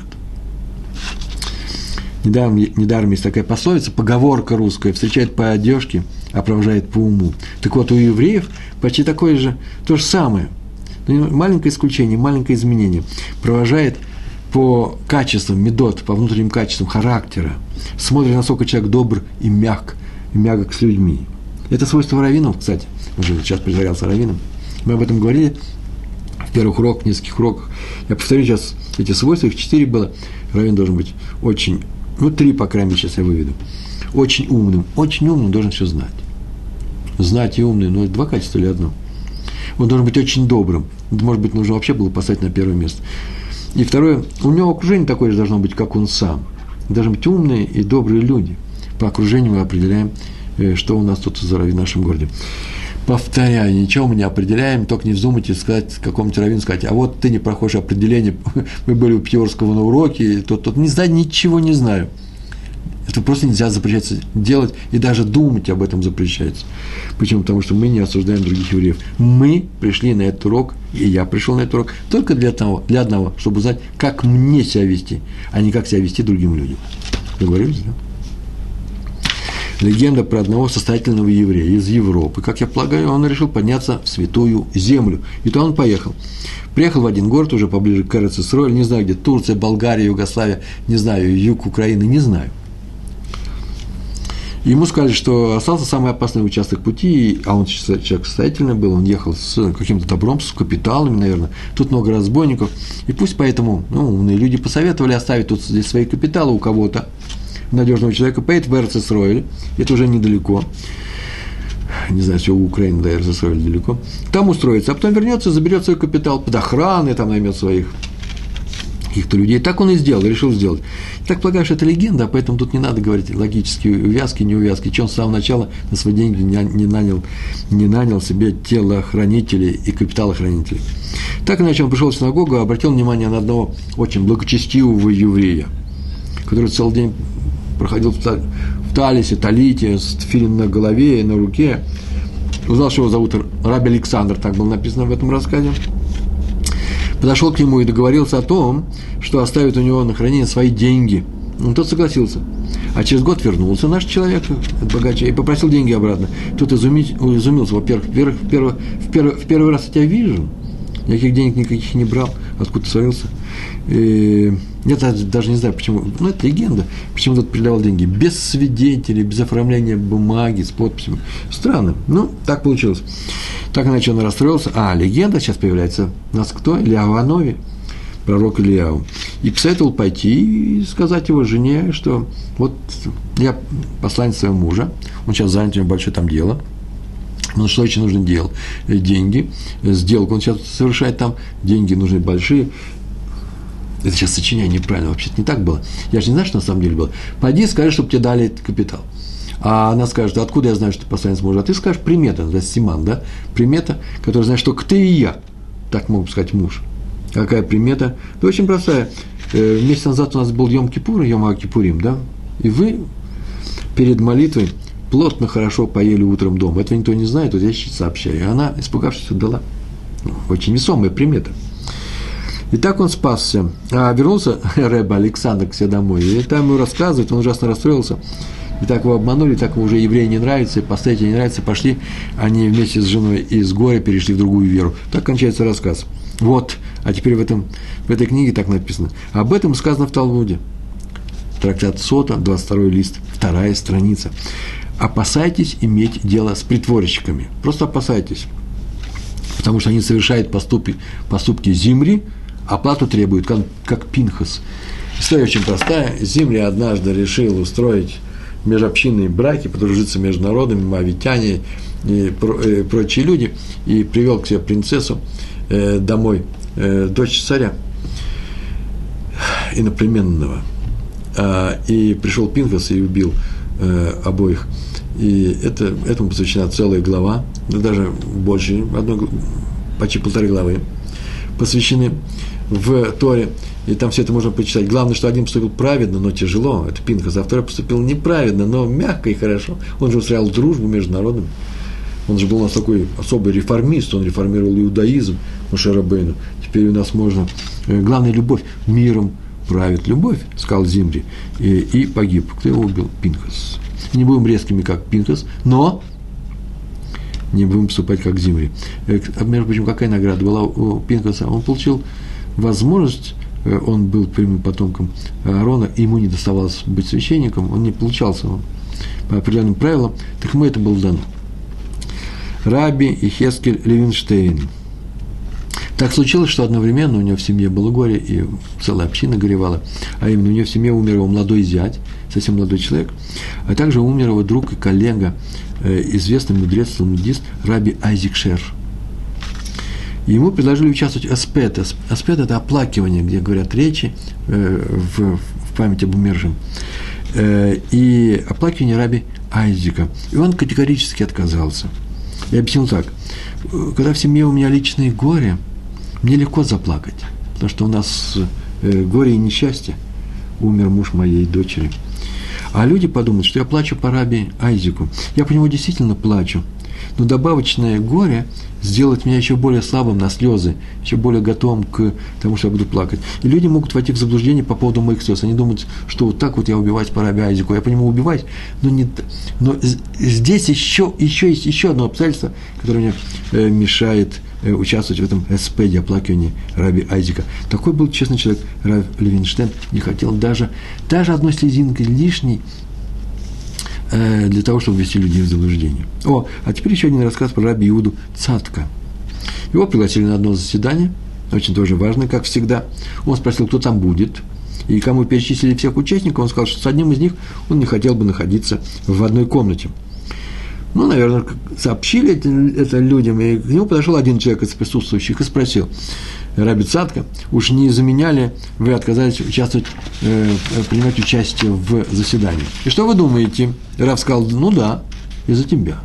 Недаром, недаром есть такая пословица, поговорка русская: встречает по одежке, а провожает по уму. Так вот, у евреев почти такое же, то же самое. Маленькое исключение, маленькое изменение. Провожает по качествам, медот, по внутренним качествам характера. Смотрит, насколько человек добр и мягк, и мягок с людьми. Это свойство раввинов, кстати. Уже сейчас притворялся раввином. Мы об этом говорили в первых уроках, в нескольких уроках. Я повторю сейчас эти свойства, их четыре было. Раввин должен быть очень, ну, три, по крайней мере, сейчас я выведу. Очень умным. Очень умным должен все знать. Знать и умный, но это два качества или одно? Он должен быть очень добрым. Может быть, нужно вообще было поставить на первое место. И второе, у него окружение такое же должно быть, как он сам. Должны быть умные и добрые люди. По окружению мы определяем, что у нас тут за раввин в нашем городе. Повторяю, ничего мы не определяем, только не вздумайте сказать какому-то раввину, сказать: а вот ты не проходишь определение, мы были у Пьерского на уроке, тот, тот, не знаю, ничего не знаю. Это просто нельзя запрещаться делать, и даже думать об этом запрещается. Почему? Потому что мы не осуждаем других евреев. Мы пришли на этот урок, и я пришел на этот урок только для одного, для одного, чтобы узнать, как мне себя вести, а не как себя вести другим людям. Договорились, да? Легенда про одного состоятельного еврея из Европы. Как я полагаю, он решил подняться в Святую Землю. И то он поехал. Приехал в один город, уже поближе к Эрец-Исроэль, не знаю где, Турция, Болгария, Югославия, не знаю, юг Украины, не знаю. Ему сказали, что остался самый опасный участок пути, а он человек состоятельный был, он ехал с каким-то добром, с капиталами, наверное, тут много разбойников, и пусть поэтому, ну, умные люди посоветовали оставить тут здесь свои капиталы у кого-то, надежного человека, поедет в Эрец-Исроэль, это уже недалеко, не знаю, все у Украины до Эрец-Исроэля далеко, там устроится, а потом вернется, заберет свой капитал под охраной, там наймет своих каких-то людей. Так он и сделал, решил сделать. Я так полагаю, что это легенда, а поэтому тут не надо говорить логические увязки, не увязки. Че он с самого начала на свои деньги не, не, нанял, не нанял себе телохранителей и капиталохранителей. Так иначе он пришел в синагогу, обратил внимание на одного очень благочестивого еврея, который целый день проходил в, в талисе, талите, с тфилин на голове и на руке. Узнал, что его зовут Раби Александр, так было написано в этом рассказе. Подошел к нему и договорился о том, что оставит у него на хранение свои деньги. Он тот согласился. А через год вернулся наш человек, богаче, и попросил деньги обратно. Тот изумился, во-первых, в первый, в, первый, в, первый, в первый раз я тебя вижу, никаких денег никаких не брал, откуда ты свалился. И я даже не знаю, почему, ну, это легенда, почему тот передавал деньги без свидетелей, без оформления бумаги, с подписью. Странно, ну, так получилось. Так иначе он расстроился. А, легенда сейчас появляется у нас кто? Ильяу Анови, пророк Ильяу. И посоветовал пойти и сказать его жене, что вот я посланец своего мужа, он сейчас занят, у него большое там дело, но что очень нужно делать? Деньги, сделку он сейчас совершает там, деньги нужны большие. Это сейчас сочиняю неправильно, вообще-то не так было. Я же не знаю, что на самом деле было. Пойди, скажи, чтобы тебе дали этот капитал. А она скажет, откуда я знаю, что ты посланец мужа? А ты скажешь, примета, называется симан, да? Примета, которая знает, что ты и я. Так могут сказать муж. Какая примета? Да очень простая. Месяц назад у нас был Йом-Кипур, Йом-Кипурим, да? И вы перед молитвой плотно, хорошо поели утром дома. Этого никто не знает, вот я сейчас сообщаю. И она, испугавшись, отдала. Очень весомая примета. И так он спасся. А вернулся Рэбе Александр к себе домой. И там ему рассказывает, он ужасно расстроился. И так его обманули, так ему уже евреи не нравятся, поставить не нравится, пошли, они вместе с женой из горя перешли в другую веру. Так кончается рассказ. Вот, а теперь в, этом, в этой книге так написано. Об этом сказано в Талмуде. Трактат Сота, двадцать второй лист, вторая страница. Опасайтесь иметь дело с притворщиками. Просто опасайтесь. Потому что они совершают поступки, поступки Зимри, оплату требуют, как, как Пинхас. История очень простая. Зимри однажды решил устроить межобщинные браки, подружиться между народами, моавитяне и прочие люди, и привел к себе принцессу э, домой, э, дочь царя иноплеменного. А, и пришел Пинхас и убил э, обоих. И это, этому посвящена целая глава, да даже больше, одной, почти полторы главы, посвящены в Торе, и там все это можно почитать. Главное, что один поступил праведно, но тяжело, это Пинхас, а второй поступил неправедно, но мягко и хорошо. Он же устраивал дружбу между народами. Он же был у нас такой особый реформист, он реформировал иудаизм, Моше Рабейну. Теперь у нас можно... Главное, любовь, миром правит любовь, сказал Зимри, и, и погиб. Кто его убил? Пинхас. Не будем резкими, как Пинхас, но не будем поступать, как Зимри. Между прочим, какая награда была у Пинхаса? Он получил возможность, он был прямым потомком Аарона, и ему не доставалось быть священником, он не получался он, по определенным правилам, так ему это было дано. Раби Йехескель Левинштейн. Так случилось, что одновременно у него в семье было горе, и целая община горевала, а именно у него в семье умер его молодой зять, совсем молодой человек, а также умер его друг и коллега, известный мудрец, талмудист Раби Айзек Шер. Ему предложили участвовать в аспет. Аспет – это оплакивание, где говорят речи в, в память об умершем. И оплакивание Раби Айзека. И он категорически отказался. Я объяснил так. Когда в семье у меня личные горе, мне легко заплакать, потому что у нас горе и несчастье. Умер муж моей дочери. А люди подумают, что я плачу по Раби Айзеку. Я по нему действительно плачу. Но добавочное горе сделает меня еще более слабым на слезы, еще более готовым к тому, что я буду плакать. И люди могут войти в заблуждение по поводу моих слез. Они думают, что вот так вот я убивать по Раби Айзеку. Я по нему убивать, но, не, но здесь еще, еще есть еще одно обстоятельство, которое мне э, мешает э, участвовать в этом эспеде, оплакивании Раби Айзека. Такой был честный человек Рав Левинштейн, не хотел даже, даже одной слезинки лишней для того, чтобы ввести людей в заблуждение. О, а теперь еще один рассказ про раби Иуду Цатка. Его пригласили на одно заседание, очень тоже важное, как всегда. Он спросил, кто там будет, и кому перечислили всех участников, он сказал, что с одним из них он не хотел бы находиться в одной комнате. Ну, наверное, сообщили это, это людям, и к нему подошел один человек из присутствующих и спросил: раби Цатка, уж не из-за меня ли вы отказались участвовать, э, принимать участие в заседании? И что вы думаете? Рав сказал: ну да, из-за тебя.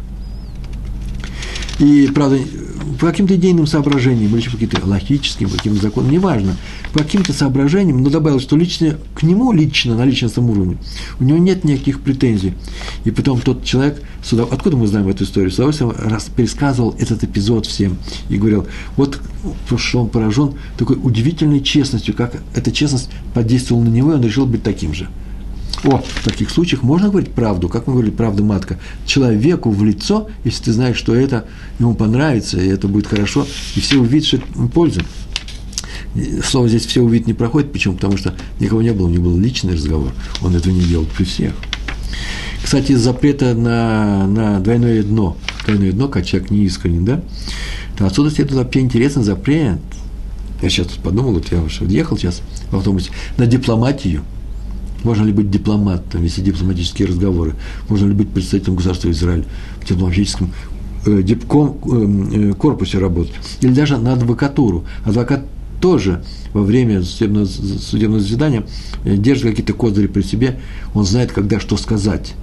И, правда, по каким-то идейным соображениям, или по каким-то логическим, по каким-то законам, неважно, по каким-то соображениям, но добавил, что лично, к нему лично, на личностном уровне, у него нет никаких претензий. И потом тот человек, сюда, откуда мы знаем эту историю, с удовольствием раз пересказывал этот эпизод всем и говорил, вот что он поражен такой удивительной честностью, как эта честность подействовала на него, и он решил быть таким же. О, в таких случаях можно говорить правду, как мы говорили, правда матка, человеку в лицо, если ты знаешь, что это ему понравится, и это будет хорошо, и все увидят, что это польза. Слово здесь «все увидят» не проходит, почему? Потому что никого не было, у него был личный разговор, он этого не делал при всех. Кстати, из запрета на, на двойное дно, двойное дно, как человек не искренен, да, то отсюда следует вообще интересный запрет. Я сейчас подумал, вот я уже ехал сейчас в автобусе, на дипломатию. Можно ли быть дипломатом, вести дипломатические разговоры? Можно ли быть представителем государства Израиль в дипломатическом э, дипком, э, корпусе работать? Или даже на адвокатуру. Адвокат тоже во время судебного, судебного заседания э, держит какие-то козыри при себе, он знает, когда что сказать.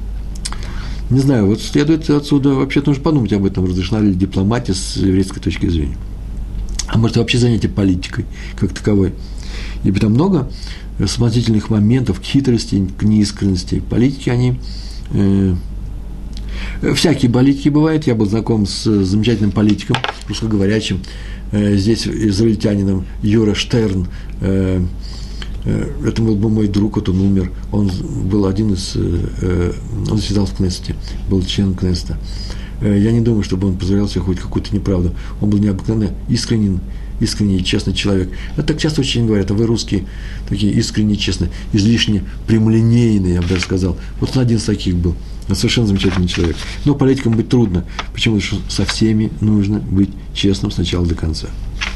Не знаю, вот следует отсюда, вообще-то нужно подумать об этом, разрешена ли дипломатия с еврейской точки зрения. А может, вообще занятие политикой как таковой. Ибо там много смазительных моментов, к хитрости, к неискренности. Политики, они... Э, всякие политики бывают. Я был знаком с замечательным политиком, русскоговорящим, э, здесь израильтянином Юра Штерн. Э, э, это был бы мой друг, вот он умер. Он был один из... Э, он заседал в Кнессете, был член Кнессета. Э, я не думаю, чтобы он позволял себе хоть какую-то неправду. Он был необыкновенно искренен, искренний и честный человек. Это так часто очень говорят, а вы русские такие искренние, честные, излишне прямолинейные, я бы даже сказал. Вот он один из таких был. Он совершенно замечательный человек. Но политикам быть трудно. Почему? Потому что со всеми нужно быть честным с начала до конца.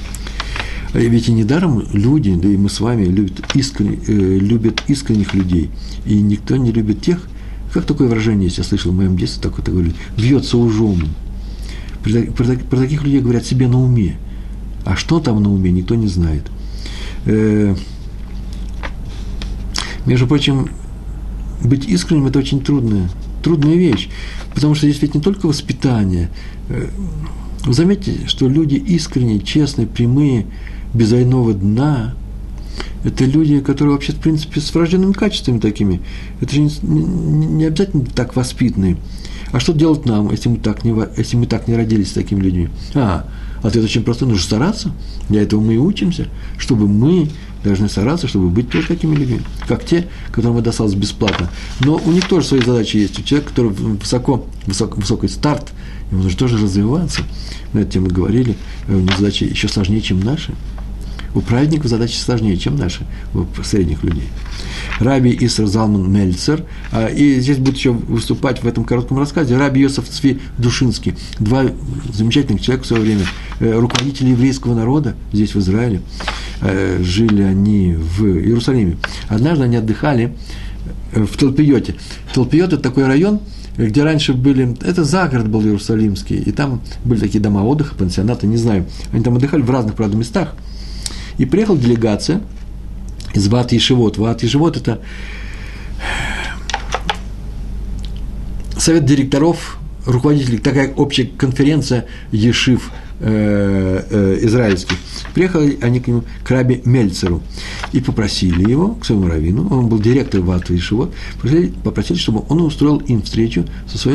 Ведь и недаром люди, да и мы с вами, любят, искрен, э, любят искренних людей. И никто не любит тех, как такое выражение есть, я слышал в моем детстве, такое говорили, бьется ужом. Про, про, про таких людей говорят себе на уме. А что там на уме, никто не знает. Э, между прочим, быть искренним – это очень трудная, трудная вещь, потому что здесь ведь не только воспитание. Э, вы заметите, что люди искренние, честные, прямые, без двойного дна – это люди, которые вообще, в принципе, с врожденными качествами такими. Это же не, не, не обязательно так воспитанные. А что делать нам, если мы так не, если мы так не родились с такими людьми? А, ответ очень простой, нужно стараться. Для этого мы и учимся, чтобы мы должны стараться, чтобы быть тоже такими людьми, как те, которым это досталось бесплатно. Но у них тоже свои задачи есть. У человека, который высоко, высок, высокий старт, ему нужно тоже развиваться. Мы эту тему говорили, у них задачи еще сложнее, чем наши. У праведников задачи сложнее, чем наши, у средних людей. Раби Исар Залман Мельцер, и здесь будет еще выступать в этом коротком рассказе Раби Йосеф Цви Душинский, два замечательных человека в свое время, руководители еврейского народа здесь, в Израиле. Жили они в Иерусалиме. Однажды они отдыхали в Талпиоте. Талпиот – это такой район, где раньше были, это загород был иерусалимский, и там были такие дома отдыха, пансионаты, не знаю. Они там отдыхали в разных, правда, местах. И приехала делегация из Ваат Ешивот. Ваат Ешивот – это совет директоров, руководителей, такая общая конференция ешив э, э, израильских. Приехали они к нему, к раби Мельцеру, и попросили его, к своему раввину, он был директор Ваат Ешивот, попросили, попросили, чтобы он устроил им встречу со своим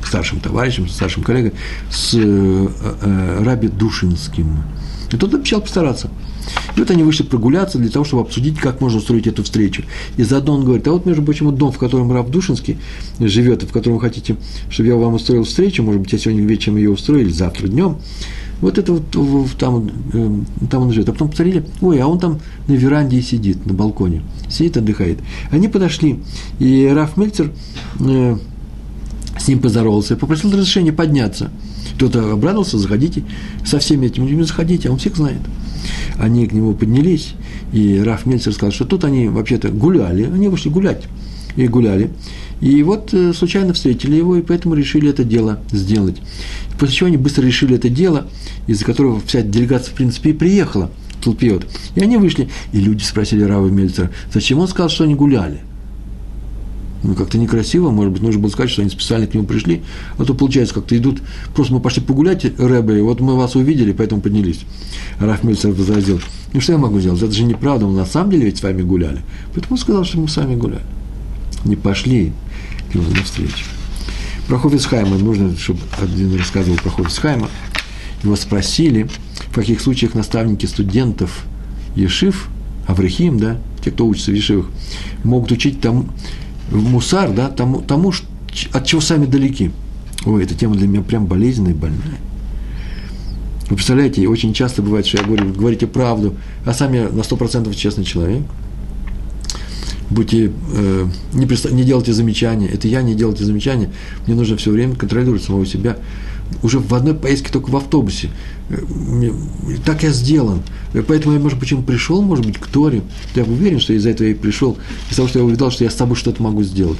старшим товарищем, старшим коллегой, с э, э, Раби Душинским. И тот обещал постараться. И вот они вышли прогуляться для того, чтобы обсудить, как можно устроить эту встречу. И заодно он говорит, а вот, между прочим, дом, в котором Рав Душинский живет, и в котором вы хотите, чтобы я вам устроил встречу, может быть, я сегодня вечером ее устрою, или завтра днем, вот это вот там, там он живет. А потом посмотрели, ой, а он там на веранде и сидит, на балконе, сидит, отдыхает. Они подошли, и Рав Мельцер э, с ним поздоровался и попросил разрешения подняться. Кто-то обрадовался, заходите, со всеми этими людьми заходите, а он всех знает. Они к нему поднялись, и Рав Мельцер сказал, что тут они вообще-то гуляли, они вышли гулять, и гуляли. И вот э, случайно встретили его, и поэтому решили это дело сделать. После чего они быстро решили это дело, из-за которого вся делегация, в принципе, и приехала, Толпиот. И они вышли, и люди спросили Рава Мельцера, зачем он сказал, что они гуляли? Ну, как-то некрасиво, может быть, нужно было сказать, что они специально к нему пришли, а то, получается, как-то идут, просто мы пошли погулять, Рэбе, вот мы вас увидели, поэтому поднялись. А Рав Мельцер возразил, ну, что я могу сделать, это же неправда, мы на самом деле ведь с вами гуляли. Поэтому он сказал, что мы с вами гуляли. Не пошли к нему навстречу. Про Хофец Хайма, нужно, чтобы один рассказывал про Хофец Хайма, его спросили, в каких случаях наставники студентов ешив, аврехим, да, те, кто учится в ешивах, могут учить тому, мусар, да, тому, тому, от чего сами далеки. Ой, эта тема для меня прям болезненная и больная. Вы представляете, очень часто бывает, что я говорю, говорите правду, а сами на сто процентов честный человек. Будьте, э, не, приста- не делайте замечания, это я, не делайте замечания, мне нужно все время контролировать самого себя. Уже в одной поездке, только в автобусе. Мне, так я сделан. Поэтому я, может, почему пришел, может быть, к Торе. Я уверен, что из-за этого я и пришел. Из-за того, что я увидел, что я с тобой что-то могу сделать.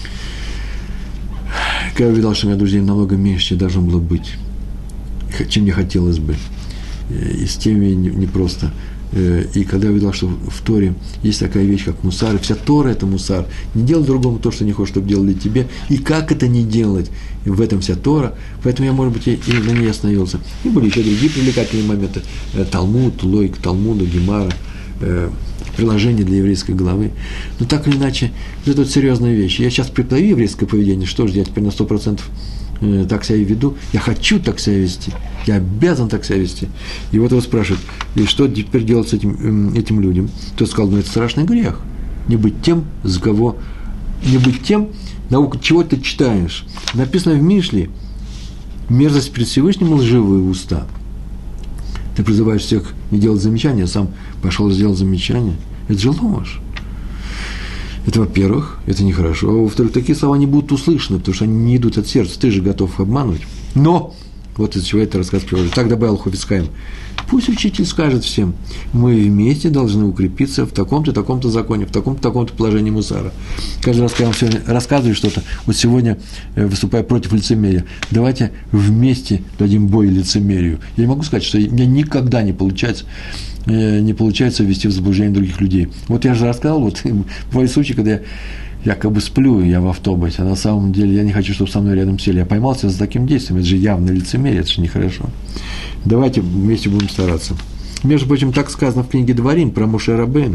Когда я увидел, что у меня друзей намного меньше, чем должно было быть, чем мне хотелось бы. И с теми непросто. И когда я увидел, что в Торе есть такая вещь, как мусар, и вся Тора – это мусар. Не делай другому то, что не хочешь, чтобы делали тебе. И как это не делать? И в этом вся Тора. Поэтому я, может быть, и на ней остановился. И были еще другие привлекательные моменты. Талмуд, логика Талмуда, Гемара, приложение для еврейской головы. Но так или иначе, это вот серьезная вещь. Я сейчас преподаю еврейское поведение. Что же, я теперь на сто процентов так себя и веду. Я хочу так себя вести. Я обязан так себя вести. И вот его спрашивают, и что теперь делать с этим, этим людям? Тот сказал, ну это страшный грех. Не быть тем, за кого... Не быть тем, наука, чего ты читаешь. Написано в Мишле, мерзость перед Всевышним, лживые уста. Ты призываешь всех не делать замечания, а сам пошел сделать замечание. Это же ложь. Это, во-первых, это нехорошо. А во-вторых, такие слова не будут услышаны, потому что они не идут от сердца. Ты же готов их обманывать. Но, вот из чего это рассказ приводит. Так добавил Хофец Хаим. Пусть учитель скажет всем, мы вместе должны укрепиться в таком-то, таком-то законе, в таком-то, таком-то положении мусара. Каждый раз, когда я вам сегодня рассказываю что-то, вот сегодня выступаю против лицемерия, давайте вместе дадим бой лицемерию. Я не могу сказать, что у меня никогда не получается, не получается ввести в заблуждение других людей. Вот я же рассказал, вот бывали случаи, когда я якобы сплю, я в автобусе, а на самом деле я не хочу, чтобы со мной рядом сели. Я поймался за таким действием, это же явное лицемерие, это же нехорошо. Давайте вместе будем стараться. Между прочим, так сказано в книге Дворим про Моше Рабейну.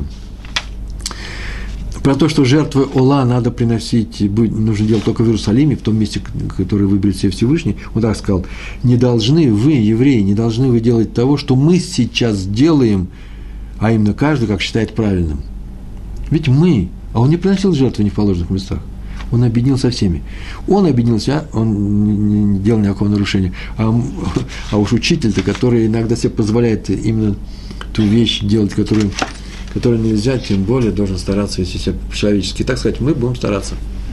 Про то, что жертвы Ола надо приносить, нужно делать только в Иерусалиме, в том месте, которое выберет себе Всевышний. Он так сказал, не должны вы, евреи, не должны вы делать того, что мы сейчас делаем, а именно каждый, как считает правильным. Ведь мы, а он не приносил жертвы не в положенных местах. Он объединил со всеми. Он объединился, он не делал никакого нарушения. А, а уж учитель-то, который иногда себе позволяет именно ту вещь делать, которую, которую нельзя, тем более должен стараться вести себя по-человечески. Так сказать, мы будем стараться.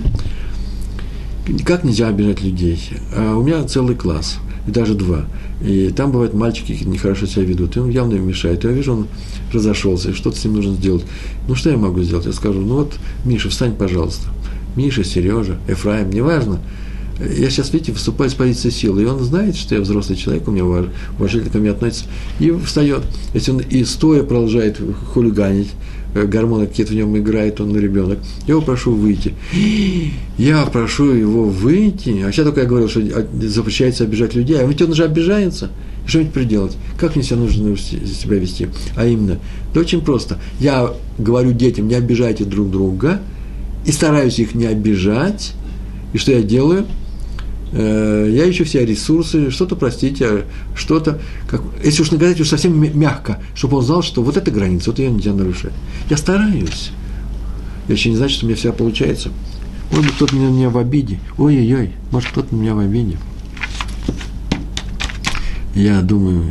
Как нельзя обижать людей? А у меня целый класс, и даже два. И там бывают мальчики, нехорошо себя ведут, и он явно им мешает. Я вижу, он разошелся, и что-то с ним нужно сделать. Ну, что я могу сделать? Я скажу, ну вот, Миша, встань, пожалуйста. Миша, Сережа, Эфраим, неважно. Я сейчас, видите, выступаю с позиции силы, и он знает, что я взрослый человек, у меня уважительно ко мне относится, и встает. Если он и стоя продолжает хулиганить, гормоны какие-то в нем играют, он ребенок, я его прошу выйти. Я прошу его выйти, а сейчас только я говорил, что запрещается обижать людей, а ведь он уже обижается. Что мне теперь делать? Как мне себя нужно себя вести? А именно, да очень просто. Я говорю детям, не обижайте друг друга, и стараюсь их не обижать. И что я делаю? э, я ищу все ресурсы, что-то простить, а что-то, как, если уж наказать, уж совсем мягко, чтобы он знал, что вот эта граница, вот ее нельзя нарушать. Я стараюсь. Я еще не знаю, что у меня всегда получается. Может быть, кто-то на меня в обиде. Ой-ой-ой, может, кто-то на меня в обиде. Я думаю,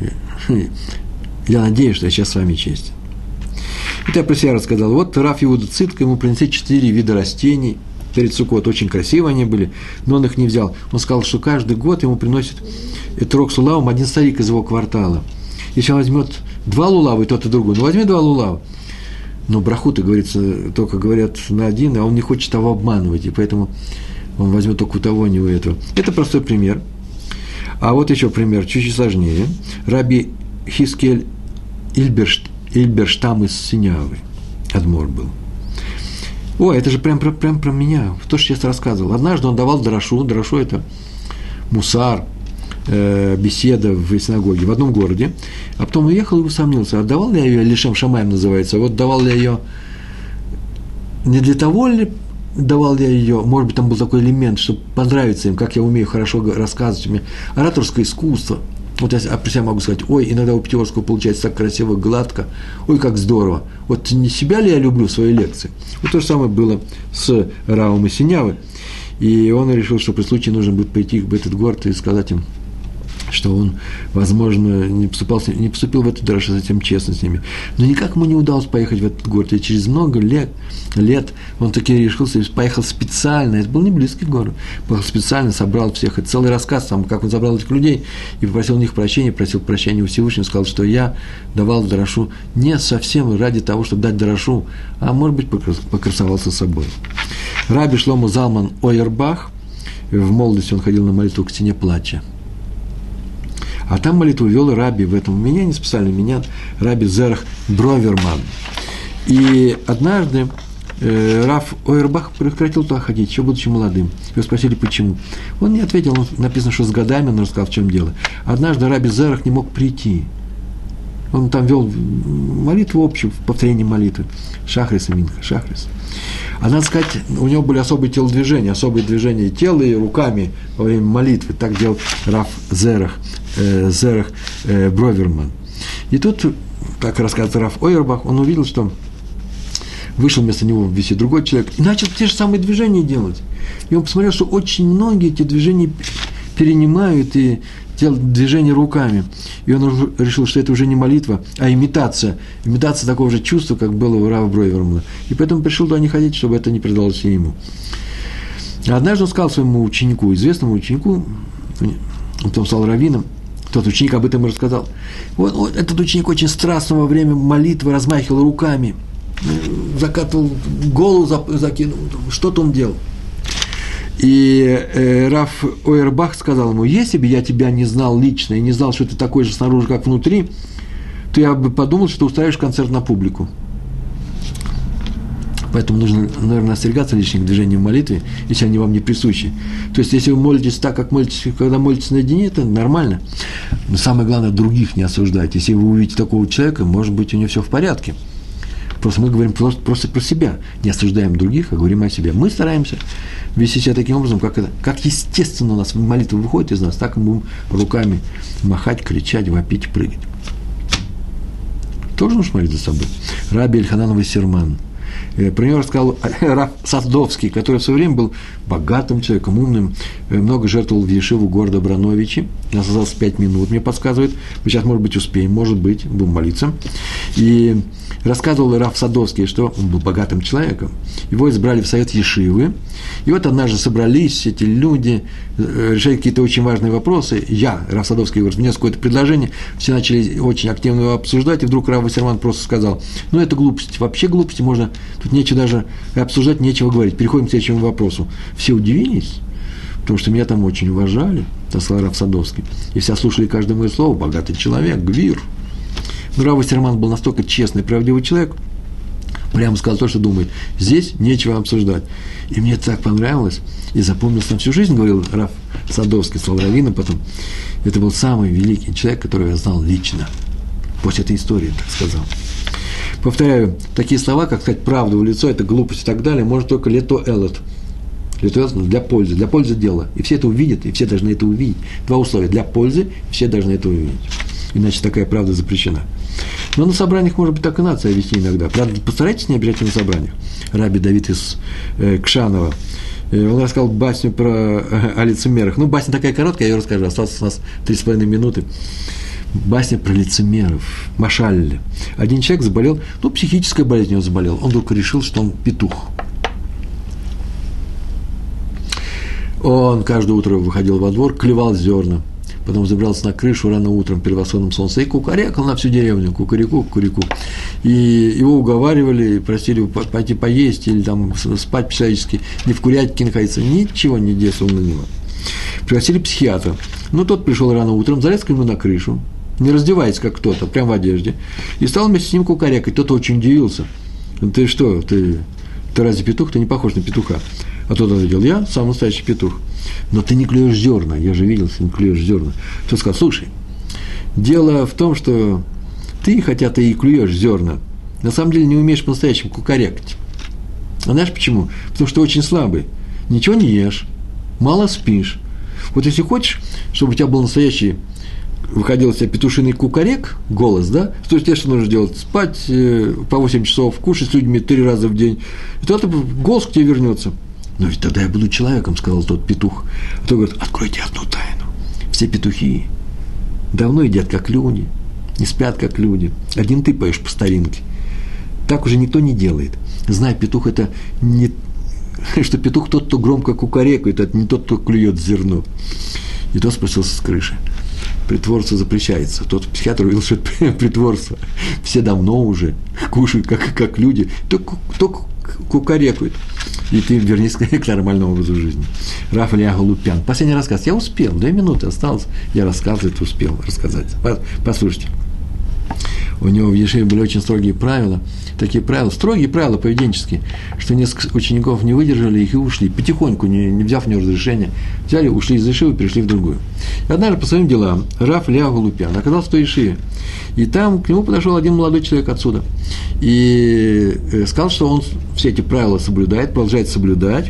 я надеюсь, что я сейчас с вами честен. Это я про себя рассказал. Вот Рав Иуда Цитка, ему принесли четыре вида растений перед Суккот. Очень красиво они были, но он их не взял. Он сказал, что каждый год ему приносит этрог с лулавом один старик из его квартала. Если он возьмет два лулава, и тот, и другой, ну возьми два лулава. Но брахуты, говорится, только говорят на один, а он не хочет того обманывать, и поэтому он возьмет только у того, не у этого. Это простой пример. А вот еще пример, чуть-чуть сложнее. Раби Хискель Ильбершт, Ильберштам из Синявы, адмор был. О, это же прям, прям, прям про меня, то, что я сейчас рассказывал. Однажды он давал дрошу, дрошу – это мусар, э, беседа в синагоге в одном городе, а потом уехал и усомнился, отдавал ли я ее, Лишем Шамаем называется, вот давал ли я ее, не для того ли давал я ее, может быть, там был такой элемент, чтобы понравиться им, как я умею хорошо рассказывать, у меня ораторское искусство. Вот я про себя могу сказать, ой, иногда у Пятигорского получается так красиво, гладко, ой, как здорово. Вот не себя ли я люблю в своей лекции? Вот то же самое было с Равом и Синявы. И он решил, что при случае нужно будет пойти в этот город и сказать им, что он, возможно, не поступал, не поступил в эту драшу совсем честно с ними. Но никак ему не удалось поехать в этот город. И через много лет, лет он таки решился и поехал специально. Это был не близкий город. Поехал специально, собрал всех. Это целый рассказ, там, как он собрал этих людей и попросил у них прощения, просил прощения у Всевышнего, сказал, что я давал драшу не совсем ради того, чтобы дать драшу, а, может быть, покрасовался собой. Раби Шломо Залман Ойербах, в молодости он ходил на молитву к стене плача. А там молитву вел раби в этом меня, не специально меня, раби Зерах Броверман. И однажды э, Рав Ойербах прекратил туда ходить, еще будучи молодым. Его спросили, почему. Он не ответил, он, написано, что с годами, он рассказал, в чем дело. Однажды раби Зерах не мог прийти. Он там вел молитву общую, повторение молитвы. Шахрис и Минха, Шахрис. А надо сказать, у него были особые телодвижения, особые движения тела и руками во время молитвы. Так делал Рав Зерах, э, Зерах э, Броверман. И тут, как рассказывает Рав Ойербах, он увидел, что вышел вместо него в весе другой человек и начал те же самые движения делать. И он посмотрел, что очень многие эти движения перенимают и делают движения руками. И он решил, что это уже не молитва, а имитация. Имитация такого же чувства, как было у Рава Бровермана. И поэтому пришел туда не ходить, чтобы это не передалось ему. А однажды он сказал своему ученику, известному ученику, он потом стал раввином, тот ученик об этом и рассказал. Вот, вот этот ученик очень страстно во время молитвы размахивал руками, закатывал голову, закинул, что-то он делал. И э, Рав Ойербах сказал ему, если бы я тебя не знал лично и не знал, что ты такой же снаружи, как внутри, то я бы подумал, что ты устраиваешь концерт на публику. Поэтому нужно, наверное, остерегаться лишних движений в молитве, если они вам не присущи. То есть, если вы молитесь так, как молитесь, когда молитесь наедине, это нормально. Но самое главное, других не осуждайте. Если вы увидите такого человека, может быть, у него все в порядке. Просто мы говорим просто, просто про себя. Не осуждаем других, а говорим о себе. Мы стараемся вести себя таким образом, как, это, как естественно у нас молитва выходит из нас, так мы будем руками махать, кричать, вопить, прыгать. Тоже нужно молиться за собой. Раби Эльханан Вассерман. Про него рассказал Рав Садовский, который в свое время был богатым человеком, умным, много жертвовал в ешиву города Брановичи. У нас осталось пять минут, мне подсказывает. Мы сейчас, может быть, успеем, может быть, будем молиться. И рассказывал Рав Садовский, что он был богатым человеком. Его избрали в совет ешивы. И вот однажды собрались эти люди, решали какие-то очень важные вопросы. Я, Рав Садовский, говорит, внес какое-то предложение. Все начали очень активно его обсуждать. И вдруг Рав Вассерман просто сказал, ну, это глупость, вообще глупости, можно, тут нечего даже обсуждать, нечего говорить. Переходим к следующему вопросу. Все удивились, потому что меня там очень уважали, сказал Рав Садовский. И все слушали каждое мое слово, богатый человек, гвир. Но Рав Вассерман был настолько честный, правдивый человек, прямо сказал то, что думает. Здесь нечего обсуждать. И мне это так понравилось, и запомнилось на всю жизнь, говорил Рав Садовский, стал раввином потом. Это был самый великий человек, которого я знал лично. После этой истории, так сказал. Повторяю, такие слова, как сказать правду в лицо, это глупость и так далее, может только Лето Элот. ритуал для пользы, для пользы дела. И все это увидят, и все должны это увидеть. Два условия. Для пользы все должны это увидеть. Иначе такая правда запрещена. Но на собраниях, может быть, так и надо себя вести иногда. Правда, постарайтесь не обижать на собраниях. Раби Давид из э, Кшанова, э, он рассказал басню про э, о лицемерах. Ну, басня такая короткая, я ее расскажу. Осталось у нас три с половиной минуты. Басня про лицемеров. Машалли. Один человек заболел, ну, психическая болезнь у него заболел. Он вдруг решил, что он петух. Он каждое утро выходил во двор, клевал зерна. Потом забрался на крышу рано утром при восходном солнце и кукарекал на всю деревню, кукареку, кукареку. И его уговаривали, просили пойти поесть или там спать по-человечески, не в курятнике находиться, ничего не действовало на него. Пригласили психиатра. Ну, тот пришел рано утром, залез к нему на крышу, не раздеваясь, как кто-то, прямо в одежде, и стал вместе с ним кукарекать. Тот очень удивился. Ты что, ты, ты разве петух? Ты не похож на петуха. А тот ответил, я сам настоящий петух. Но ты не клюешь зерна, я же видел, ты не клюешь зерна. Тот сказал, слушай, дело в том, что ты, хотя ты и клюешь зерна, на самом деле не умеешь по-настоящему кукарекать. А знаешь почему? Потому что ты очень слабый, ничего не ешь, мало спишь. Вот если хочешь, чтобы у тебя был настоящий, выходил из тебя петушиный кукарек, голос, да, то есть тебе что нужно делать? Спать э, по восемь часов, кушать с людьми три раза в день, и тогда голос к тебе вернется. Но ведь тогда я буду человеком, сказал тот петух. А тот говорит, откройте одну тайну. Все петухи давно едят, как люди, и спят, как люди. Один ты поешь по старинке. Так уже никто не делает. Знай, петух – это не... что петух тот, кто громко кукарекает, это не тот, кто клюет зерно. И тот спустился с крыши. Притворство запрещается. Тот психиатр увидел, что это притворство. Все давно уже кушают, как, как люди. Только, только кукарекают. И ты вернись к нормальному образу жизни. Рав Илья Голупян. Последний рассказ. Я успел. Две минуты осталось. Я рассказывать успел рассказать. Послушайте. У него в Ешиве были очень строгие правила. Такие правила, строгие правила поведенческие, что несколько учеников не выдержали их и ушли. Потихоньку, не, не взяв у него разрешения, взяли, ушли из Ешивы и перешли в другую. И однажды по своим делам Рав Илья Голупян оказался в той Ешиве. И там к нему подошел один молодой человек отсюда. И сказал, что он все эти правила соблюдает, продолжает соблюдать.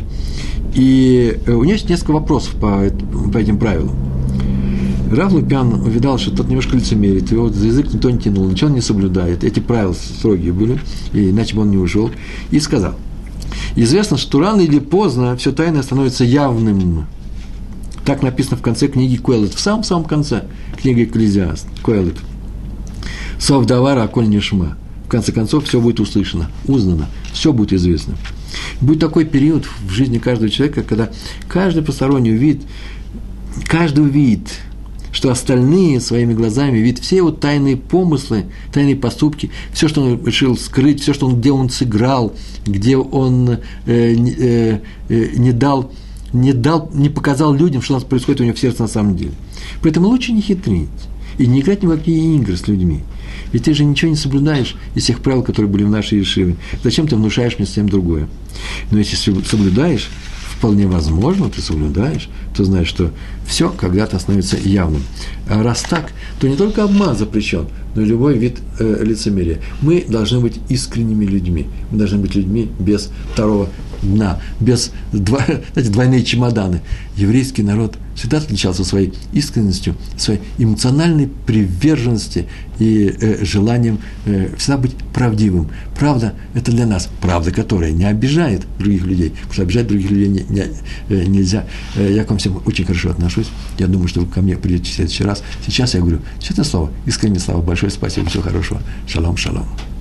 И у него есть несколько вопросов по, по этим правилам. Рав Лупян увидал, что тот немножко лицемерит, его за язык никто не тянул, ничего он не соблюдает. Эти правила строгие были, и иначе бы он не ушел. И сказал, известно, что рано или поздно все тайное становится явным. Так написано в конце книги Коэлет, в самом-самом конце книги Экклезиаст, Коэлет. Сов давара аколь нишма. В конце концов, все будет услышано, узнано, все будет известно. Будет такой период в жизни каждого человека, когда каждый посторонний увидит, каждый увидит, что остальные своими глазами видят все его тайные помыслы, тайные поступки, все, что он решил скрыть, все, что он, где он сыграл, где он э, э, э, не дал, не дал, не показал людям, что у нас происходит у него в сердце на самом деле. Поэтому лучше не хитрить и не играть ни в какие игры с людьми. Ведь ты же ничего не соблюдаешь из всех правил, которые были в нашей Ешиве. Зачем ты внушаешь мне совсем другое? Но если соблюдаешь, вполне возможно, ты соблюдаешь, то знаешь, что все когда-то становится явным. А раз так, то не только обман запрещен, но и любой вид э, лицемерия. Мы должны быть искренними людьми. Мы должны быть людьми без второго дна, без два, знаете, двойные чемоданы. Еврейский народ всегда отличался своей искренностью, своей эмоциональной приверженностью и э, желанием э, всегда быть правдивым. Правда – это для нас правда, которая не обижает других людей, потому что обижать других людей не, не, э, нельзя. Э, я к вам всем очень хорошо отношусь. Я думаю, что вы ко мне придете в следующий раз. Сейчас я говорю честное слово, искреннее слово. Большое спасибо, всего хорошего. Шалом, шалом.